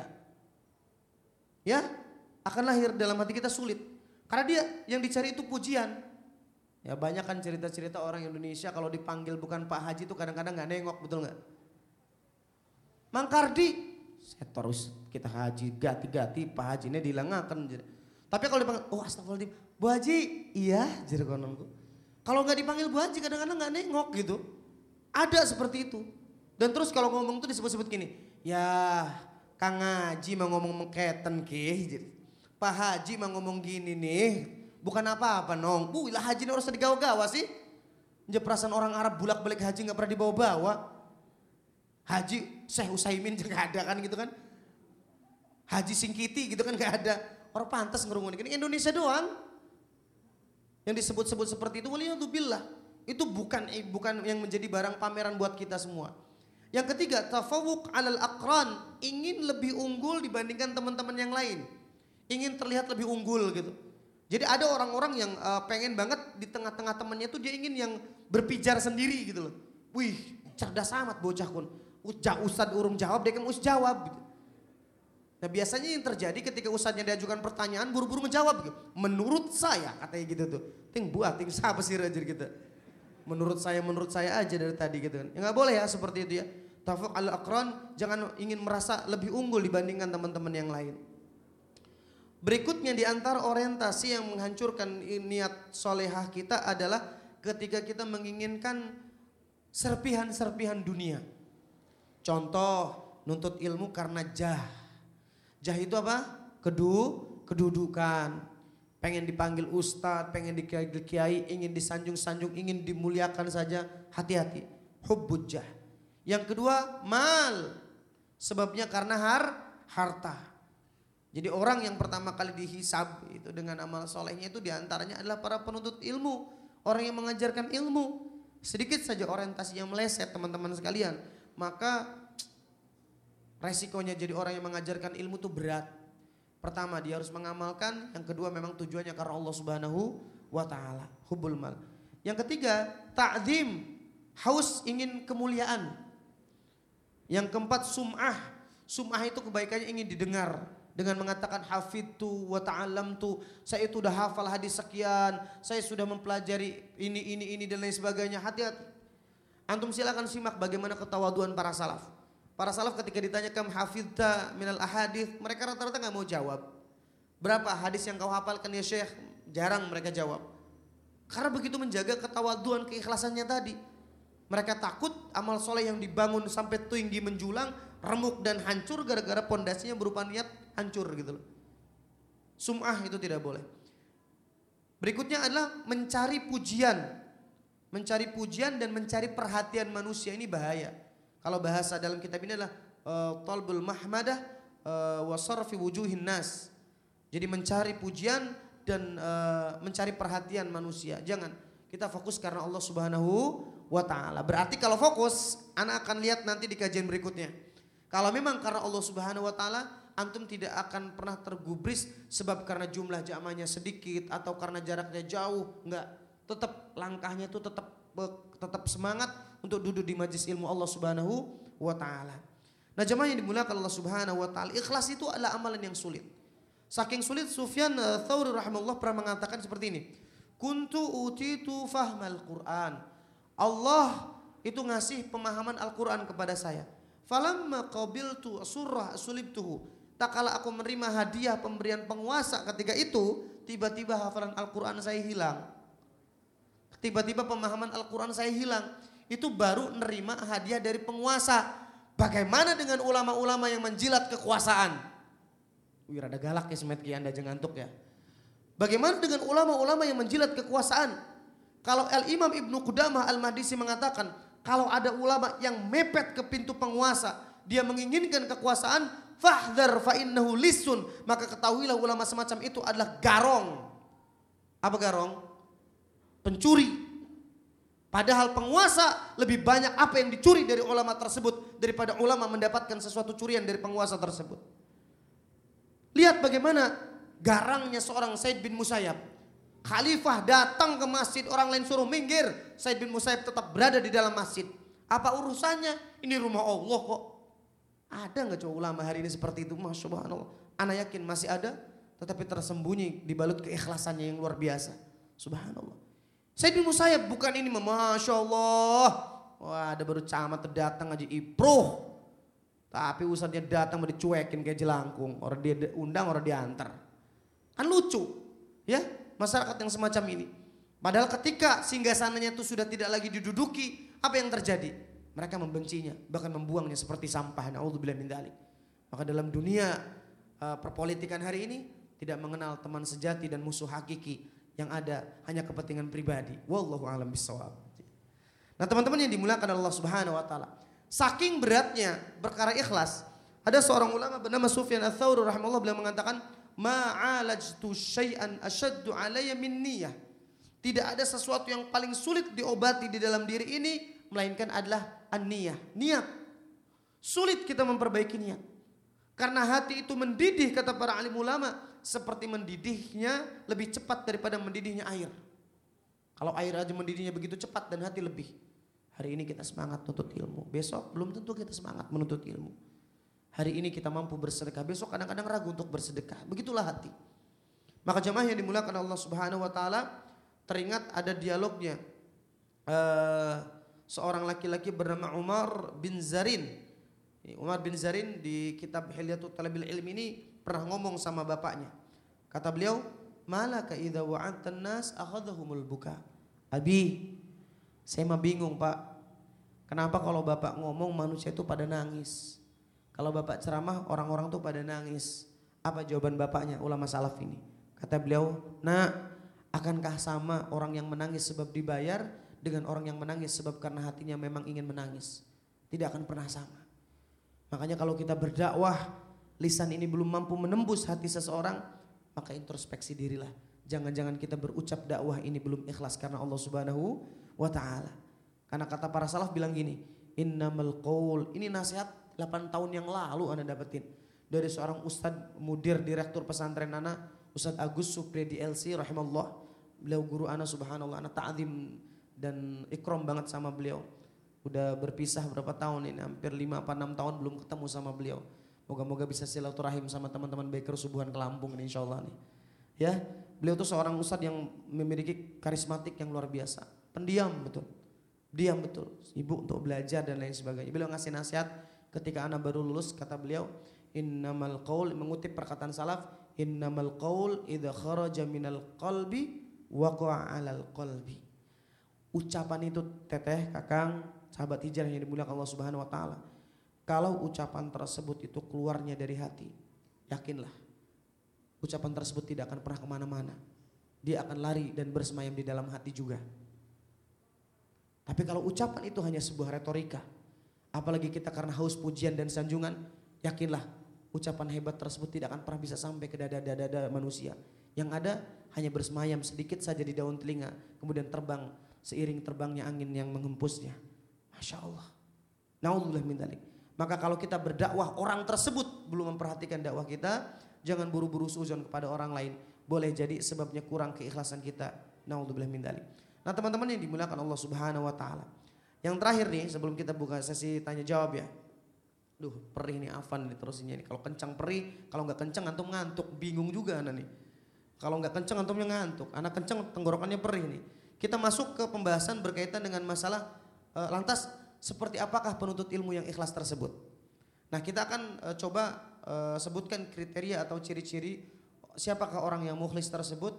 Ya, akan lahir dalam hati kita sulit. Karena dia yang dicari itu pujian. Ya banyak kan cerita-cerita orang Indonesia kalau dipanggil bukan Pak Haji itu kadang-kadang gak nengok, betul gak? Mang Kardi, saya terus kita haji gati-gati Pak Haji ini dilangakan. Tapi kalau dipanggil, oh astagfirullahaladzim, Bu Haji, iya jadi kononku. Kalau nggak dipanggil Bu Haji kadang-kadang nggak nengok gitu. Ada seperti itu. Dan terus kalau ngomong tuh disebut-sebut gini. Ya Kang Haji mau ngomong mengketen kih. Pak Haji mau ngomong gini nih. Bukan apa-apa nong. Lah haji ini harus digawa-gawa sih. Perasaan orang Arab bulak-balik haji nggak pernah dibawa-bawa. Haji Syekh Utsaimin juga ada kan gitu kan. Haji Singkiti gitu kan nggak ada. Orang pantas ngerungun ini Indonesia doang. Yang disebut-sebut seperti itu waliyadzubillah. Itu bukan yang menjadi barang pameran buat kita semua. Yang ketiga, tafawuq 'alal aqran, ingin lebih unggul dibandingkan teman-teman yang lain. Ingin terlihat lebih unggul gitu. Jadi ada orang-orang yang pengen banget di tengah-tengah temannya itu dia ingin yang berpijar sendiri gitu loh. Wih, cerdas amat bocah kun. Ustad urung jawab, dia kan jawab gitu. Nah biasanya yang terjadi ketika ustadznya diajukan pertanyaan buru-buru menjawab gitu. Menurut saya katanya gitu tuh. Ting siapa sih rajir gitu. Menurut saya aja dari tadi gitu kan. Ya gak boleh ya seperti itu ya. Tafawuq al-aqran, jangan ingin merasa lebih unggul dibandingkan teman-teman yang lain. Berikutnya di antara orientasi yang menghancurkan niat solehah kita adalah ketika kita menginginkan serpihan-serpihan dunia. Contoh nuntut ilmu karena jah. Jah itu apa? Kedudukan. Pengen dipanggil ustadz, pengen dipanggil kiai, ingin disanjung-sanjung, ingin dimuliakan saja. Hati-hati. Hubbud jah. Yang kedua, mal. Sebabnya karena harta. Jadi orang yang pertama kali dihisab itu dengan amal solehnya itu diantaranya adalah para penuntut ilmu. Orang yang mengajarkan ilmu. Sedikit saja orientasinya meleset teman-teman sekalian. Maka resikonya jadi orang yang mengajarkan ilmu itu berat. Pertama dia harus mengamalkan, yang kedua memang tujuannya karena Allah Subhanahu wa taala, hubbul mal. Yang ketiga, ta'zim, haus ingin kemuliaan. Yang keempat, sum'ah. Sum'ah itu kebaikannya ingin didengar dengan mengatakan hafidtu wa ta'allamtu, saya itu udah hafal hadis sekian, saya sudah mempelajari ini dan lain sebagainya. Hati-hati. Antum silakan simak bagaimana ketawaduan para salaf. Para salaf ketika ditanya kam hafidta minal ahadits, mereka rata-rata gak mau jawab. Berapa hadis yang kau hafalkan ya Syekh? Jarang mereka jawab. Karena begitu menjaga ketawaduan keikhlasannya tadi. Mereka takut amal soleh yang dibangun sampai tinggi menjulang, remuk dan hancur gara-gara pondasinya berupa niat hancur gitu loh. Sum'ah itu tidak boleh. Berikutnya adalah mencari pujian. Mencari pujian dan mencari perhatian manusia, ini bahaya. Kalau bahasa dalam kitab ini adalah talbul mahmadah wa sarfi wujuhin nas. Jadi mencari pujian dan mencari perhatian manusia. Jangan, kita fokus karena Allah Subhanahu wa taala. Berarti kalau fokus, anak akan lihat nanti di kajian berikutnya. Kalau memang karena Allah Subhanahu wa taala, antum tidak akan pernah tergubris sebab karena jumlah jamaahnya sedikit atau karena jaraknya jauh, enggak. Tetap langkahnya itu tetap semangat untuk duduk di majlis ilmu Allah Subhanahu wa taala. Nah, jemaah yang dimuliakan Allah Subhanahu wa taala, ikhlas itu adalah amalan yang sulit. Saking sulit Sufyan Tsauri rahimahullah pernah mengatakan seperti ini. Kuntu utitu fahmal Quran. Allah itu ngasih pemahaman Al-Qur'an kepada saya. Falamma qabiltu surah sulibtuhu. Tak kala aku menerima hadiah pemberian penguasa ketika itu, tiba-tiba hafalan Al-Qur'an saya hilang. Tiba-tiba pemahaman Al-Quran saya hilang. Itu baru nerima hadiah dari penguasa. Bagaimana dengan ulama-ulama yang menjilat kekuasaan? Wih, rada galak ya Semet Ki, Anda jangan ngantuk ya. Bagaimana dengan ulama-ulama yang menjilat kekuasaan? Kalau Al-Imam Ibnu Qudamah Al-Mahdisi mengatakan, kalau ada ulama yang mepet ke pintu penguasa, dia menginginkan kekuasaan, fahdhar fa innahu lisun, maka ketahuilah ulama semacam itu adalah garong. Apa garong? Pencuri. Padahal penguasa lebih banyak apa yang dicuri dari ulama tersebut daripada ulama mendapatkan sesuatu curian dari penguasa tersebut. Lihat bagaimana garangnya seorang Said bin Musayyab. Khalifah datang ke masjid, orang lain suruh minggir, Said bin Musayyab tetap berada di dalam masjid. Apa urusannya? Ini rumah Allah kok. Ada nggak coba ulama hari ini seperti itu? Masya Allah. Ana yakin masih ada, tetapi tersembunyi di balut keikhlasannya yang luar biasa. Subhanallah. Said bin Musayyab bukan ini, Masya Allah. Wah, ada baru camat datang aja ipruh. Tapi ustadznya datang mau dicuekin kayak jelangkung. Orang dia undang, orang diantar. Kan lucu ya masyarakat yang semacam ini. Padahal ketika singgasananya itu sudah tidak lagi diduduki, apa yang terjadi? Mereka membencinya, bahkan membuangnya seperti sampah. Na'udzubillah min dzalik. Maka dalam dunia perpolitikan hari ini tidak mengenal teman sejati dan musuh hakiki. Yang ada hanya kepentingan pribadi. Wallahu a'lam bishawab. Nah teman-teman yang dimuliakan Allah Subhanahu wa taala, saking beratnya perkara ikhlas, ada seorang ulama bernama Sufyan Ats-Tsauri rahimahullah beliau mengatakan, ma'alajtu syai'an asyaddu alayya min niyah. Tidak ada sesuatu yang paling sulit diobati di dalam diri ini melainkan adalah an-niyah, niat. Sulit kita memperbaiki niat. Karena hati itu mendidih, kata para alim ulama, seperti mendidihnya lebih cepat daripada mendidihnya air. Kalau air aja mendidihnya begitu cepat dan hati lebih. Hari ini kita semangat menuntut ilmu, besok belum tentu kita semangat menuntut ilmu. Hari ini kita mampu bersedekah, besok kadang-kadang ragu untuk bersedekah. Begitulah hati. Maka jemaah yang dimuliakan Allah Subhanahu wa taala, teringat ada dialognya seorang laki-laki bernama Umar bin Zarin. Umar bin Zarin di kitab Hilyatul Talabil Ilmi ini pernah ngomong sama bapaknya. Kata beliau, malaka idza wa'adtan nas akhadhahumul buka. Abi, saya mah bingung Pak. Kenapa kalau Bapak ngomong manusia itu pada nangis? Kalau Bapak ceramah orang-orang tuh pada nangis. Apa jawaban bapaknya ulama salaf ini? Kata beliau, "Nak, akankah sama orang yang menangis sebab dibayar dengan orang yang menangis sebab karena hatinya memang ingin menangis? Tidak akan pernah sama." Makanya kalau kita berdakwah, lisan ini belum mampu menembus hati seseorang, maka introspeksi dirilah. Jangan-jangan kita berucap dakwah ini belum ikhlas karena Allah Subhanahu wa taala. Karena kata para salaf bilang gini, innamal qaul, ini nasihat 8 tahun yang lalu Anda dapetin dari seorang ustadz mudir direktur pesantren Ana, Ustadz Agus Supriyadi LC rahimahullah. Beliau guru Ana, subhanallah, Ana ta'zim dan ikram banget sama beliau. Udah berpisah berapa tahun ini, hampir 5 apa 6 tahun belum ketemu sama beliau. Moga-moga bisa silaturahim sama teman-teman Baker Subuhan ke Lampung ini insyaallah nih. Ya, beliau tuh seorang ustadz yang memiliki karismatik yang luar biasa. Pendiam betul. Diam betul, sibuk untuk belajar dan lain sebagainya. Beliau ngasih nasihat ketika anak baru lulus, kata beliau, innamal qaul, mengutip perkataan salaf, innamal qaul idza kharaja minal qalbi waqa'a 'alal qalbi. Ucapan itu teteh, kakang, sahabat hijrah yang dimuliakan Allah Subhanahu wa taala. Kalau ucapan tersebut itu keluarnya dari hati, yakinlah ucapan tersebut tidak akan pernah kemana-mana. Dia akan lari dan bersemayam di dalam hati juga. Tapi kalau ucapan itu hanya sebuah retorika, apalagi kita karena haus pujian dan sanjungan, yakinlah ucapan hebat tersebut tidak akan pernah bisa sampai ke dada-dada manusia. Yang ada hanya bersemayam sedikit saja di daun telinga, kemudian terbang seiring terbangnya angin yang menghempusnya. Masya Allah. Na'udzubillah min dzalik. Maka kalau kita berdakwah orang tersebut belum memperhatikan dakwah kita, jangan buru-buru suudzon kepada orang lain. Boleh jadi sebabnya kurang keikhlasan kita. Na'udzubillah min dzalik. Nah teman-teman yang dimuliakan Allah Subhanahu wa taala. Yang terakhir nih sebelum kita buka sesi tanya jawab ya. Duh, perih nih Afan nih terusinnya nih. Kalau kencang perih, kalau nggak kencang antum ngantuk, bingung juga anak nih. Kalau nggak kencang antumnya ngantuk, anak kencang tenggorokannya perih nih. Kita masuk ke pembahasan berkaitan dengan masalah lantas seperti apakah penuntut ilmu yang ikhlas tersebut. Nah kita akan coba sebutkan kriteria atau ciri-ciri siapakah orang yang mukhlis tersebut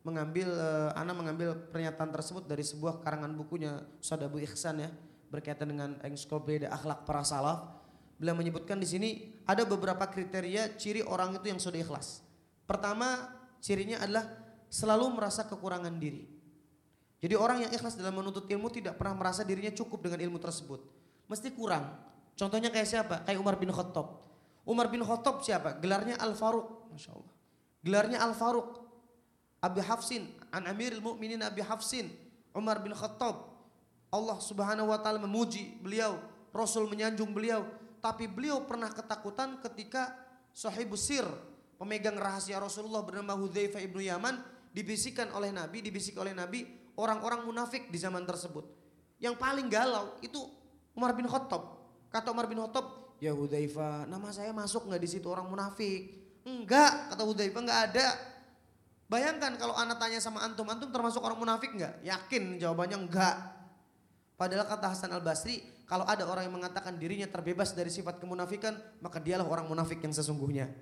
Ana mengambil pernyataan tersebut dari sebuah karangan bukunya Ustaz Abu Ihsan ya, berkaitan dengan ensiklopedia akhlak para salaf. Beliau menyebutkan di sini ada beberapa kriteria ciri orang itu yang sudah ikhlas. Pertama, cirinya adalah selalu merasa kekurangan diri. Jadi orang yang ikhlas dalam menuntut ilmu tidak pernah merasa dirinya cukup dengan ilmu tersebut. Mesti kurang. Contohnya kayak siapa? Kayak Umar bin Khattab. Umar bin Khattab siapa? Gelarnya Al-Faruq. Masya Allah. Gelarnya Al-Faruq. Abi Hafsin, an Amiril Mu'minin Abi Hafsin, Umar bin Khattab. Allah Subhanahu wa taala memuji beliau, Rasul menyanjung beliau, tapi beliau pernah ketakutan ketika sahibus sir, pemegang rahasia Rasulullah bernama Hudzaifah ibnu Yaman dibisik oleh Nabi orang-orang munafik di zaman tersebut. Yang paling galau itu Umar bin Khattab. Kata Umar bin Khattab, "Ya Hudzaifah, nama saya masuk enggak di situ orang munafik?" "Enggak," kata Hudzaifah, "enggak ada." Bayangkan kalau anak tanya sama antum termasuk orang munafik enggak? Yakin jawabannya enggak. Padahal kata Hasan Al-Basri, kalau ada orang yang mengatakan dirinya terbebas dari sifat kemunafikan, maka dialah orang munafik yang sesungguhnya.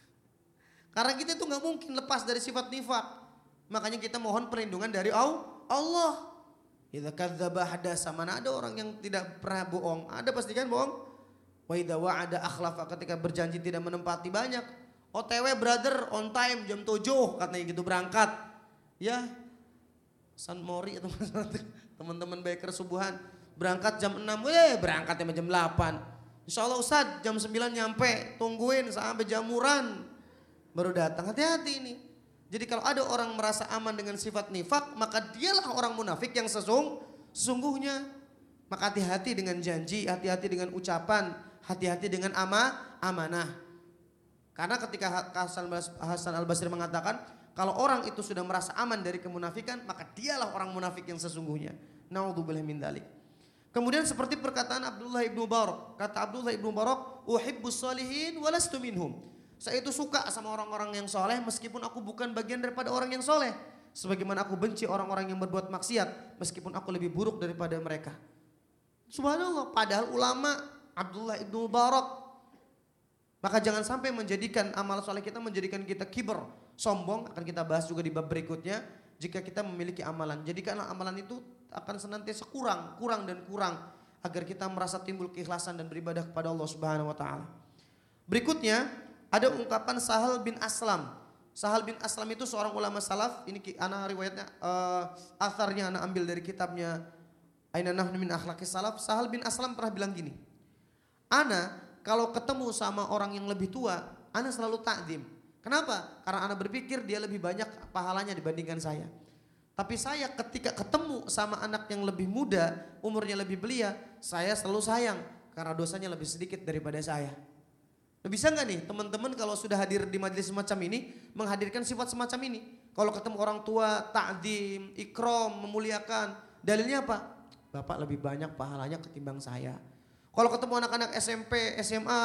Karena kita itu enggak mungkin lepas dari sifat nifak. Makanya kita mohon perlindungan dari Allah. Idza kadzdzaba hadasa, mana ada orang yang tidak pernah bohong? Ada pasti kan bohong? Wa idza wa'ada akhlafa, ketika berjanji tidak menempati banyak. OTW brother on time jam 7 katanya gitu berangkat. Ya. San Mori atau teman-teman biker subuhan berangkat jam 6, berangkat jam 8. Insyaallah Ustaz jam 9 nyampe, tungguin sampai jamuran baru datang. Hati-hati ini. Jadi kalau ada orang merasa aman dengan sifat nifak, maka dialah orang munafik yang sesungguhnya. Maka hati-hati dengan janji, hati-hati dengan ucapan, hati-hati dengan amanah. Karena ketika Hasan Al-Basri mengatakan kalau orang itu sudah merasa aman dari kemunafikan, maka dialah orang munafik yang sesungguhnya. Naudzubillah min dzalik. Kemudian seperti perkataan Abdullah ibnu Mubarak. Kata Abdullah ibnu Mubarak, "Uhibbus sholihin walastu minhum." Saya itu suka sama orang-orang yang soleh meskipun aku bukan bagian daripada orang yang soleh. Sebagaimana aku benci orang-orang yang berbuat maksiat meskipun aku lebih buruk daripada mereka. Subhanallah, padahal ulama Abdullah ibnu Mubarak. Maka jangan sampai menjadikan amal soleh kita menjadikan kita kiber, sombong. Akan kita bahas juga di bab berikutnya. Jika kita memiliki amalan, jadikanlah amalan itu akan senantiasa kurang agar kita merasa timbul keikhlasan dan beribadah kepada Allah Subhanahu wa taala. Berikutnya ada ungkapan Sahal bin Aslam. Sahal bin Aslam itu seorang ulama salaf. Ini ana riwayatnya atharnya ana ambil dari kitabnya Aina Nahnu min Akhlaqis Salaf. Sahal bin Aslam pernah bilang gini, "Ana kalau ketemu sama orang yang lebih tua, ana selalu takdim. Kenapa? Karena ana berpikir dia lebih banyak pahalanya dibandingkan saya. Tapi saya ketika ketemu sama anak yang lebih muda, umurnya lebih belia, saya selalu sayang karena dosanya lebih sedikit daripada saya." Bisa nggak nih teman-teman kalau sudah hadir di majelis semacam ini, menghadirkan sifat semacam ini? Kalau ketemu orang tua, takdim, ikram, memuliakan. Dalilnya apa? Bapak lebih banyak pahalanya ketimbang saya. Kalau ketemu anak-anak SMP, SMA,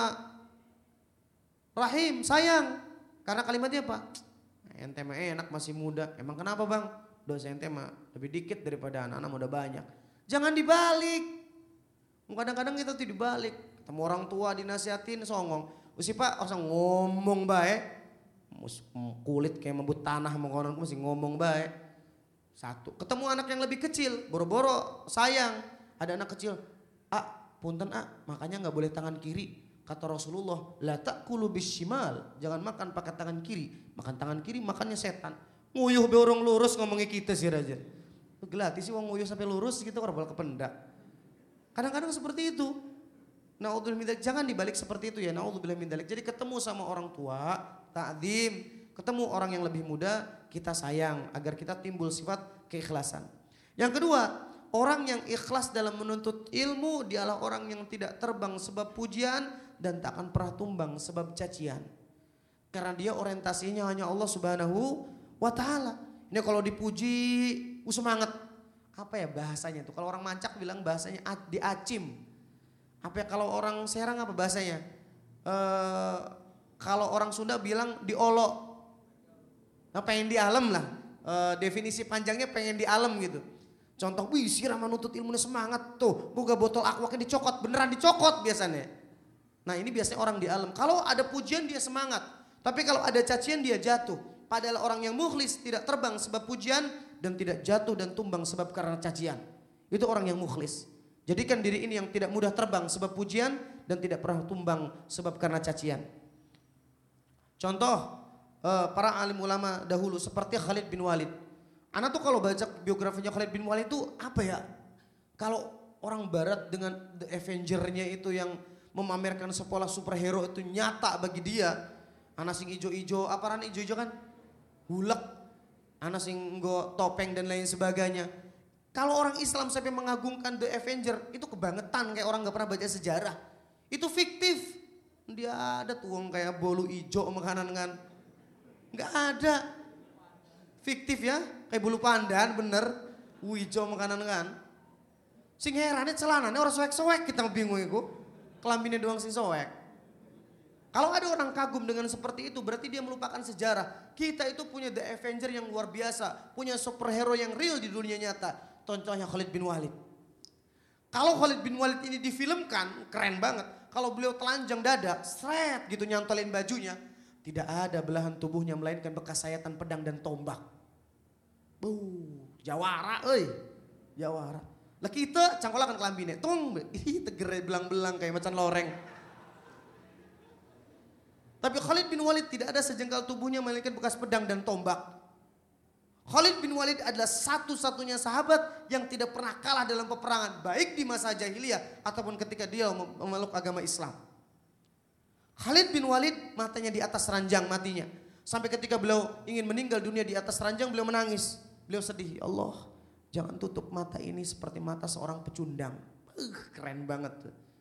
rahim, sayang. Karena kalimatnya apa? Ente mah enak masih muda. Emang kenapa bang? Dosa ente mah lebih dikit daripada anak-anak udah banyak. Jangan dibalik. Kadang-kadang kita tuh dibalik. Ketemu orang tua dinasihatin songong. Usi pak, usah ngomong baik. Kulit kayak membut tanah mengkonon masih ngomong baik. Satu. Ketemu anak yang lebih kecil, boro-boro sayang. Ada anak kecil, punten makanya nggak boleh tangan kiri. Kata Rasulullah, la ta'kulu bishimal, jangan makan pakai tangan kiri. Makan tangan kiri makannya setan. Nguyuh be orang lurus ngomongnya kita sih raja. Gelati sih wong nguyuh sampai lurus gitu orang kependak. Kadang-kadang seperti itu. Naudzubillah min dzalik, jangan dibalik seperti itu ya. Naudzubillah min dzalik. Jadi ketemu sama orang tua, takdim, ketemu orang yang lebih muda, kita sayang agar kita timbul sifat keikhlasan. Yang kedua, orang yang ikhlas dalam menuntut ilmu dialah orang yang tidak terbang sebab pujian dan tak akan pernah tumbang sebab cacian. Karena dia orientasinya hanya Allah Subhanahu wa taala. Ini kalau dipuji semangat. Apa ya bahasanya tuh? Kalau orang Mancak bilang bahasanya diacim. Apa ya kalau orang Serang apa bahasanya? Kalau orang Sunda bilang diolok. Nah, pengen di alam lah. Definisi panjangnya pengen di alam gitu. Contoh, wih si Rama nutut ilmunya semangat tuh, buka botol aquaknya dicokot, beneran dicokot biasanya. Nah ini biasanya orang di alam. Kalau ada pujian dia semangat, tapi kalau ada cacian dia jatuh. padahal orang yang mukhlis, tidak terbang sebab pujian dan tidak jatuh dan tumbang sebab karena cacian. Itu orang yang mukhlis. Jadikan diri ini yang tidak mudah terbang sebab pujian dan tidak pernah tumbang sebab karena cacian. Contoh para alim ulama dahulu seperti Khalid bin Walid. Ana tuh kalau baca biografinya Khalid bin Walid itu apa ya? Kalau orang barat dengan The Avenger-nya itu yang memamerkan sekolah superhero itu nyata bagi dia. Ana sing ijo-ijo, apa ran ijo-ijo kan? Hulek. Ana sing nggo topeng dan lain sebagainya. Kalau orang Islam sampai mengagungkan The Avenger, itu kebangetan kayak orang gak pernah baca sejarah. Itu fiktif. Dia ada tuang kayak bolu ijo makanan kan. Gak ada. Fiktif ya, kayak bulu pandan bener. Ijo makanan kan. Sing herannya celananya orang soek-soek kita bingung itu. Kelambinnya doang sing soek. Kalau ada orang kagum dengan seperti itu berarti dia melupakan sejarah. Kita itu punya The Avenger yang luar biasa. Punya superhero yang real di dunia nyata. Contohnya Khalid bin Walid. Kalau Khalid bin Walid ini difilmkan keren banget. Kalau beliau telanjang dada, seret gitu nyantolin bajunya. Tidak ada belahan tubuhnya melainkan bekas sayatan pedang dan tombak. Jawara euy. Jawara. Lah kita cangkolakan kelambine. Tung, ih tegere belang-belang kayak macan loreng. Tapi Khalid bin Walid tidak ada sejengkal tubuhnya melainkan bekas pedang dan tombak. Khalid bin Walid adalah satu-satunya sahabat yang tidak pernah kalah dalam peperangan. Baik di masa jahiliyah ataupun ketika dia memeluk agama Islam. Khalid bin Walid matanya di atas ranjang matinya. Sampai ketika beliau ingin meninggal dunia di atas ranjang beliau menangis. Beliau sedih, ya Allah jangan tutup mata ini seperti mata seorang pecundang. Keren banget.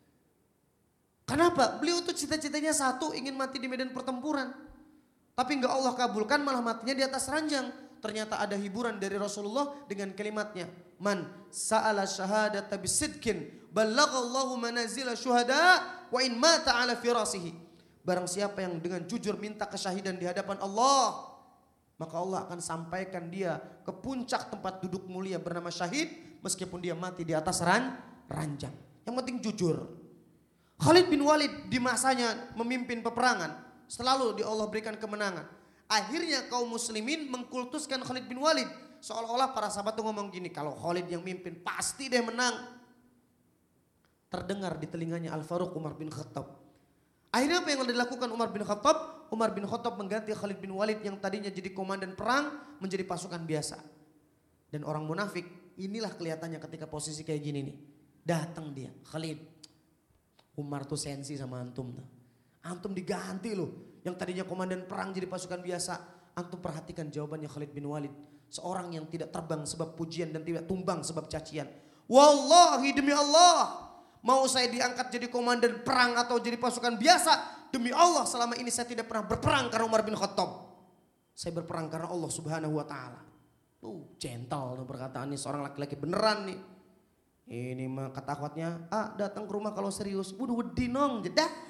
Kenapa? Beliau tuh cita-citanya satu, ingin mati di medan pertempuran. Tapi enggak Allah kabulkan, malah matinya di atas ranjang. Ternyata ada hiburan dari Rasulullah dengan kalimatnya. Man sa'ala syahadata bisidkin ballaghallahu manazila syuhada wa in mata ala firasihi. Barang siapa yang dengan jujur minta kesyahidan di hadapan Allah, maka Allah akan sampaikan dia ke puncak tempat duduk mulia bernama syahid meskipun dia mati di atas ranjang. Yang penting jujur. Khalid bin Walid di masanya memimpin peperangan, selalu Allah berikan kemenangan. Akhirnya kaum muslimin mengkultuskan Khalid bin Walid. Seolah-olah para sahabat tuh ngomong gini, kalau Khalid yang mimpin pasti deh menang. Terdengar di telinganya Al-Faruq Umar bin Khattab. Akhirnya apa yang dilakukan Umar bin Khattab? Umar bin Khattab mengganti Khalid bin Walid yang tadinya jadi komandan perang menjadi pasukan biasa. Dan orang munafik inilah kelihatannya ketika posisi kayak gini nih. Datang dia, Khalid. Umar tuh sensi sama antum tuh. Antum diganti loh. Yang tadinya komandan perang jadi pasukan biasa. Antum perhatikan jawabannya Khalid bin Walid. Seorang yang tidak terbang sebab pujian dan tidak tumbang sebab cacian. Wallahi demi Allah. Mau saya diangkat jadi komandan perang atau jadi pasukan biasa. Demi Allah selama ini saya tidak pernah berperang karena Umar bin Khattab. Saya berperang karena Allah subhanahu wa ta'ala. Gentle perkataan ini seorang laki-laki beneran nih. Ini mah kata akhwatnya, datang ke rumah kalau serius. Waduh wedi nong jedah.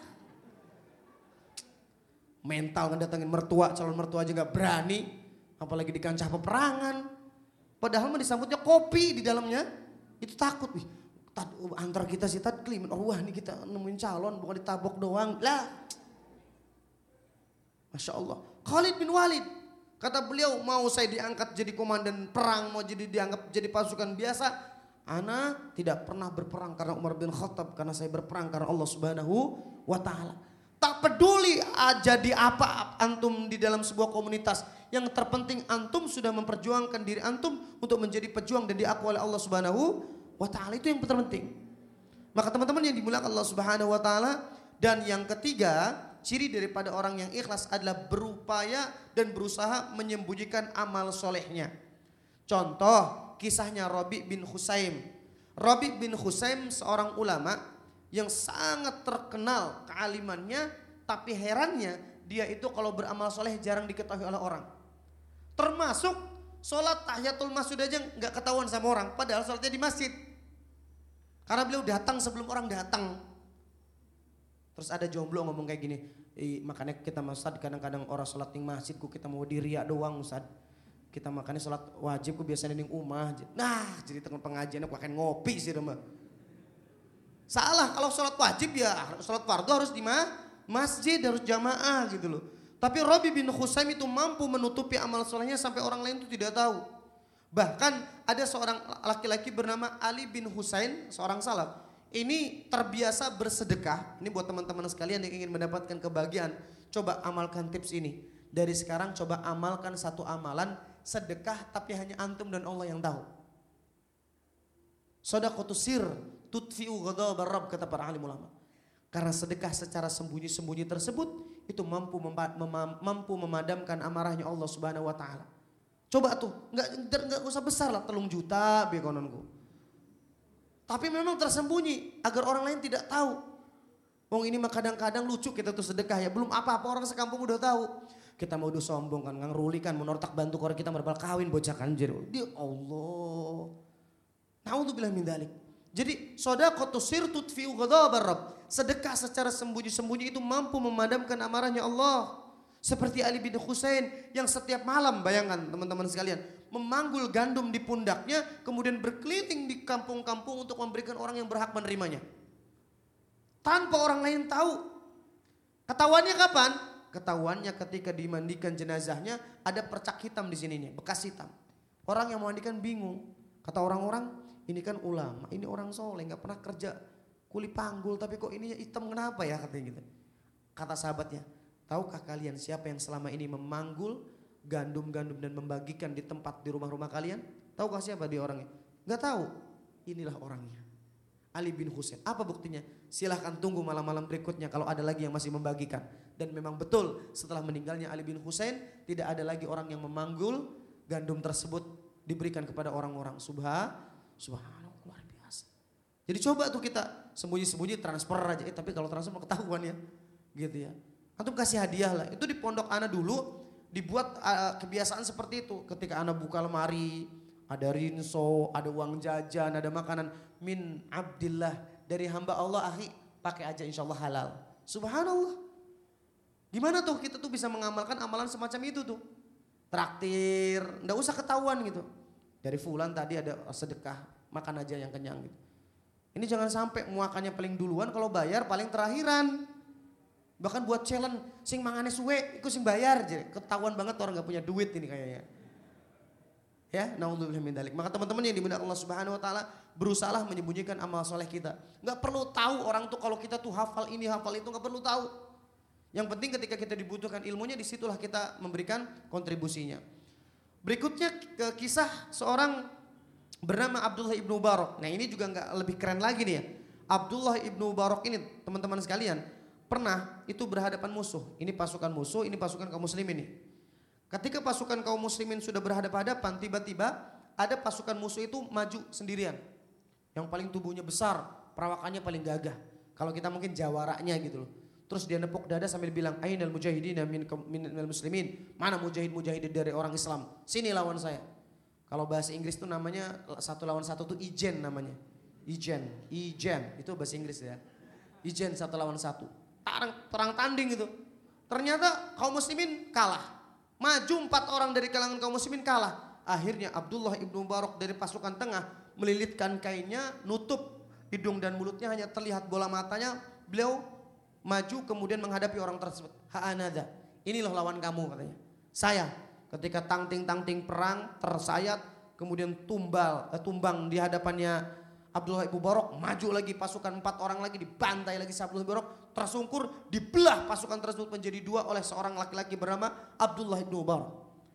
Mental ngedatangin mertua, calon mertua aja gak berani. Apalagi di kancah peperangan. Padahal mah disambutnya kopi di dalamnya. Itu takut. Wih, antar kita sih tadklim. Wah nih kita nemuin calon bukan ditabok doang. Lah. Masya Allah. Khalid bin Walid. Kata beliau mau saya diangkat jadi komandan perang. Mau jadi dianggap jadi pasukan biasa. Ana tidak pernah berperang karena Umar bin Khattab. Karena saya berperang karena Allah subhanahu wa ta'ala. Tak peduli jadi apa antum di dalam sebuah komunitas. Yang terpenting antum sudah memperjuangkan diri antum untuk menjadi pejuang dan diakui oleh Allah subhanahu wa ta'ala. Itu yang terpenting. Maka teman-teman yang dimuliakan Allah subhanahu wa ta'ala. Dan yang ketiga, ciri daripada orang yang ikhlas adalah berupaya dan berusaha menyembunyikan amal solehnya. Contoh kisahnya Rabi' bin Khusaim. Rabi' bin Khusaim seorang ulama yang sangat terkenal kealimannya, tapi herannya dia itu kalau beramal soleh jarang diketahui oleh orang. Termasuk sholat tahiyatul masjid aja nggak ketahuan sama orang, padahal sholatnya di masjid. Karena beliau datang sebelum orang datang. Terus ada jomblo ngomong kayak gini, makanya kita Ustaz kadang-kadang orang sholat di masjidku kita mau diriak doang Ustaz. Kita makanya sholat wajibku biasanya di rumah. Nah jadi teman pengajian aku akan ngopi sih rumah. Salah, kalau sholat wajib ya sholat fardu harus di masjid, harus jamaah gitu loh. Tapi Rabi bin Khusaim itu mampu menutupi amal solehnya sampai orang lain itu tidak tahu. Bahkan ada seorang laki-laki bernama Ali bin Husain, seorang salaf. Ini terbiasa bersedekah. Ini buat teman-teman sekalian yang ingin mendapatkan kebahagiaan. Coba amalkan tips ini. Dari sekarang coba amalkan satu amalan sedekah tapi hanya antum dan Allah yang tahu. Shadaqatus sir tutfi'u ghadabar rabb, kata para alim ulama. Karena sedekah secara sembunyi-sembunyi tersebut itu mampu memadamkan amarahnya Allah Subhanahu wa taala. Coba tuh, enggak usah besar lah, 3 juta bekononku. Tapi memang tersembunyi agar orang lain tidak tahu. Wong ini mah kadang-kadang lucu kita tuh sedekah ya, belum apa-apa orang sekampung udah tahu. Kita mau udah sombong kan, ngeruli kan, menortak bantu orang kita berbal kawin bocah kanjir. Dia Allah. Naudzubillah min dzalik. Jadi shadaqatus sir tutfi'u ghadabar rabb. Sedekah secara sembunyi-sembunyi itu mampu memadamkan amarahnya Allah. Seperti Ali bin Husain yang setiap malam, bayangkan teman-teman sekalian, memanggul gandum di pundaknya, kemudian berkeliling di kampung-kampung untuk memberikan orang yang berhak menerimanya. Tanpa orang lain tahu. Ketahuannya kapan? Ketahuannya ketika dimandikan jenazahnya ada percak hitam di sininya, bekas hitam. Orang yang memandikan bingung. Kata orang-orang, ini kan ulama, ini orang soleh, nggak pernah kerja kuli panggul, tapi kok ini hitam kenapa ya, katanya gitu. Kata sahabatnya, tahukah kalian siapa yang selama ini memanggul gandum-gandum dan membagikan di tempat di rumah-rumah kalian? Tahukah siapa dia orangnya? Nggak tahu. Inilah orangnya, Ali bin Husain. Apa buktinya? Silahkan tunggu malam-malam berikutnya kalau ada lagi yang masih membagikan. Dan memang betul setelah meninggalnya Ali bin Husain tidak ada lagi orang yang memanggul gandum tersebut diberikan kepada orang-orang. Subhanallah, luar biasa. Jadi coba tuh kita sembunyi-sembunyi transfer aja. Tapi kalau transfer ketahuan ya, gitu ya. Antum kasih hadiah lah. Itu di pondok ana dulu dibuat kebiasaan seperti itu. Ketika ana buka lemari, ada rinso, ada uang jajan, ada makanan min abdillah, dari hamba Allah, akhi, pakai aja insya Allah halal. Subhanallah. Gimana tuh kita tuh bisa mengamalkan amalan semacam itu tuh? Traktir, nggak usah ketahuan gitu. Dari fulan tadi ada sedekah, makan aja yang kenyang gitu. Ini jangan sampai muakannya paling duluan, kalau bayar paling terakhiran. Bahkan buat challenge, sing mangane suwe, ikut sing bayar. Jadi ketahuan banget orang nggak punya duit ini kayaknya. Ya, naudzubillah min dzalik. Maka teman-teman yang dimuliakan Allah Subhanahu wa taala, berusahalah menyembunyikan amal soleh kita. Enggak perlu tahu orang tuh kalau kita tuh hafal ini, hafal itu, enggak perlu tahu. Yang penting ketika kita dibutuhkan ilmunya, disitulah kita memberikan kontribusinya. Berikutnya ke kisah seorang bernama Abdullah ibnu Mubarak. Nah ini juga enggak lebih keren lagi nih ya. Abdullah ibnu Mubarak ini teman-teman sekalian pernah itu berhadapan musuh. Ini pasukan musuh, ini pasukan kaum muslimin nih. Ketika pasukan kaum muslimin sudah berhadapan-hadapan, tiba-tiba ada pasukan musuh itu maju sendirian. Yang paling tubuhnya besar, perawakannya paling gagah. Kalau kita mungkin jawaranya gitu loh. Terus dia nepuk dada sambil bilang, ainal mujahidina minal muslimin. Mana mujahid-mujahid dari orang Islam? Sini lawan saya. Kalau bahasa Inggris itu namanya 1 lawan 1 itu ijen namanya. Ijen, itu bahasa Inggris ya. Ijen 1 lawan 1. Perang tanding gitu. Ternyata kaum muslimin kalah. Maju 4 orang dari kalangan kaum muslimin kalah. Akhirnya Abdullah ibnu Mubarak dari pasukan tengah melilitkan kainnya, nutup hidung dan mulutnya, hanya terlihat bola matanya. Beliau maju kemudian menghadapi orang tersebut. Ha'anada, inilah lawan kamu katanya. Saya ketika tangting-tangting perang tersayat kemudian tumbang di hadapannya Abdullah ibnu Mubarak, maju lagi pasukan 4 orang lagi dibantai lagi Abdullah ibnu Mubarak, tersungkur dibelah pasukan tersebut menjadi 2 oleh seorang laki-laki bernama Abdullah ibnu Mubarak.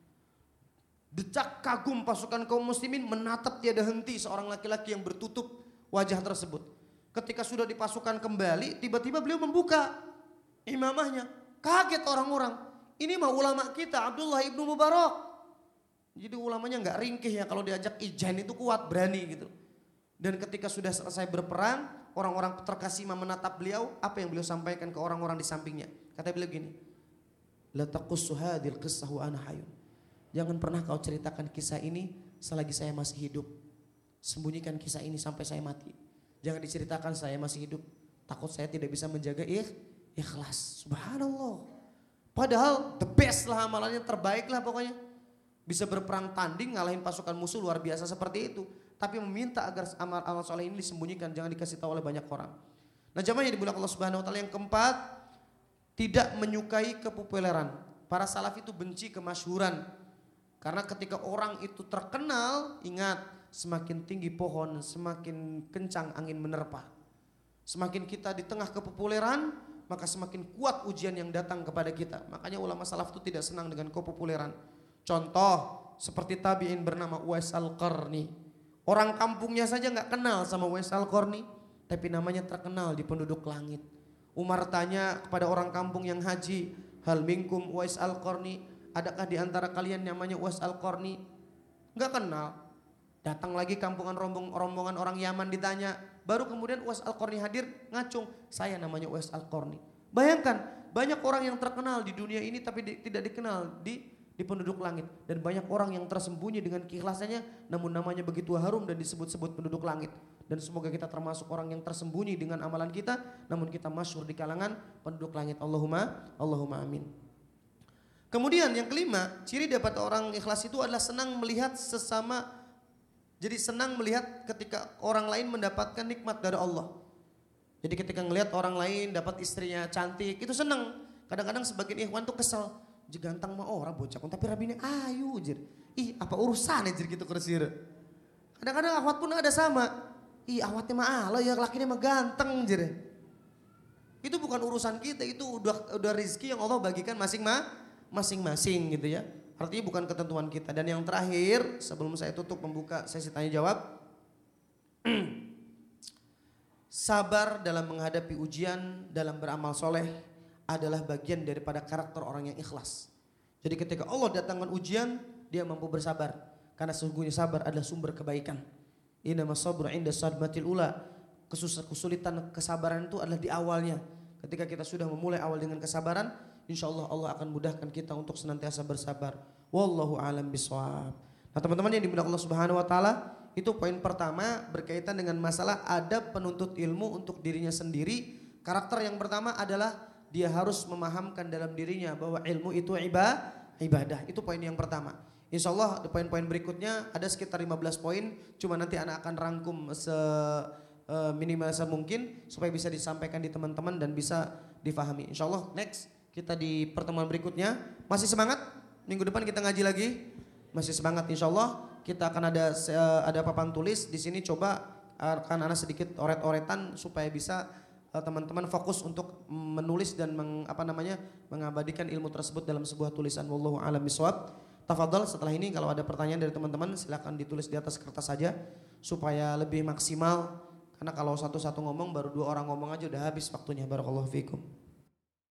Decak kagum pasukan kaum muslimin menatap tiada henti seorang laki-laki yang bertutup wajah tersebut. Ketika sudah dipasukan kembali, tiba-tiba beliau membuka imamahnya. Kaget orang-orang. Ini mah ulama kita, Abdullah ibnu Mubarak. Jadi ulamanya nggak ringkih ya, kalau diajak ijan itu kuat, berani gitu. Dan ketika sudah selesai berperang, orang-orang terkasih menatap beliau, apa yang beliau sampaikan ke orang-orang di sampingnya. Kata beliau gini, la taqussu hadhil qissah wa ana hayyun. Jangan pernah kau ceritakan kisah ini selagi saya masih hidup. Sembunyikan kisah ini sampai saya mati. Jangan diceritakan saya masih hidup. Takut saya tidak bisa menjaga ikhlas. Subhanallah. Padahal the best lah amalannya, terbaik lah pokoknya. Bisa berperang tanding ngalahin pasukan musuh luar biasa seperti itu. Tapi meminta agar amal soleh ini disembunyikan, jangan dikasih tahu oleh banyak orang. Nah jamaah yang dimuliakan Allah Subhanahu wa taala, yang keempat, tidak menyukai kepopuleran. Para salaf itu benci kemasyhuran. Karena ketika orang itu terkenal, ingat, semakin tinggi pohon, semakin kencang angin menerpa. Semakin kita di tengah kepopuleran, maka semakin kuat ujian yang datang kepada kita. Makanya ulama salaf itu tidak senang dengan kepopuleran. Contoh seperti tabi'in bernama Uwais Al-Qarni. Orang kampungnya saja nggak kenal sama Uwais Al-Qarni, tapi namanya terkenal di penduduk langit. Umar tanya kepada orang kampung yang haji, hal minkum Uwais Al-Qarni, adakah di antara kalian namanya Uwais Al-Qarni? Nggak kenal. Datang lagi kampungan rombongan orang Yaman ditanya, baru kemudian Uwais Al-Qarni hadir ngacung, saya namanya Uwais Al-Qarni. Bayangkan, banyak orang yang terkenal di dunia ini tapi tidak dikenal di penduduk langit. Dan banyak orang yang tersembunyi dengan keikhlasannya namun namanya begitu harum dan disebut-sebut penduduk langit. Dan semoga kita termasuk orang yang tersembunyi dengan amalan kita namun kita masyhur di kalangan penduduk langit. Allahumma amin. Kemudian yang kelima, ciri dapat orang ikhlas itu adalah senang melihat sesama. Jadi senang melihat ketika orang lain mendapatkan nikmat dari Allah. Jadi ketika ngelihat orang lain dapat istrinya cantik, itu senang. Kadang-kadang sebagian ikhwan tuh kesel. Ganteng mah orang bocah, tapi rabine ayu jir. Ih apa urusan jir gitu kersir. Kadang-kadang akhwat pun ada sama. Ih akhwatnya mah Allah ya lakinya mah ganteng jir. Itu bukan urusan kita, itu udah rezeki yang Allah bagikan masing-masing gitu ya. Artinya bukan ketentuan kita. Dan yang terakhir sebelum saya tutup membuka sesi tanya jawab. Sabar dalam menghadapi ujian, dalam beramal soleh adalah bagian daripada karakter orang yang ikhlas. Jadi ketika Allah datangkan ujian, dia mampu bersabar. Karena sesungguhnya sabar adalah sumber kebaikan. Innamas sabru inda sadmatil ula. Kesulitan kesabaran itu adalah di awalnya. Ketika kita sudah memulai awal dengan kesabaran, insyaallah Allah akan mudahkan kita untuk senantiasa bersabar. Wallahu a'lam bishawab. Nah teman-teman yang dimuliakan Allah Subhanahu wa taala, itu poin pertama berkaitan dengan masalah adab penuntut ilmu untuk dirinya sendiri. Karakter yang pertama adalah dia harus memahamkan dalam dirinya bahwa ilmu itu ibadah. Itu poin yang pertama. Insyaallah di poin-poin berikutnya ada sekitar 15 poin, cuma nanti anak akan rangkum minimal mungkin supaya bisa disampaikan di teman-teman dan bisa difahami. Insyaallah next kita di pertemuan berikutnya. Masih semangat? Minggu depan kita ngaji lagi? Masih semangat insyaallah. Kita akan ada papan tulis di sini, coba akan ada sedikit oret-oretan supaya bisa teman-teman fokus untuk menulis dan mengabadikan ilmu tersebut dalam sebuah tulisan. Wallahu a'lam bishawab. Tafadhal setelah ini kalau ada pertanyaan dari teman-teman silakan ditulis di atas kertas saja supaya lebih maksimal. Karena kalau satu-satu ngomong baru 2 orang ngomong aja udah habis waktunya. Barakallahu fikum.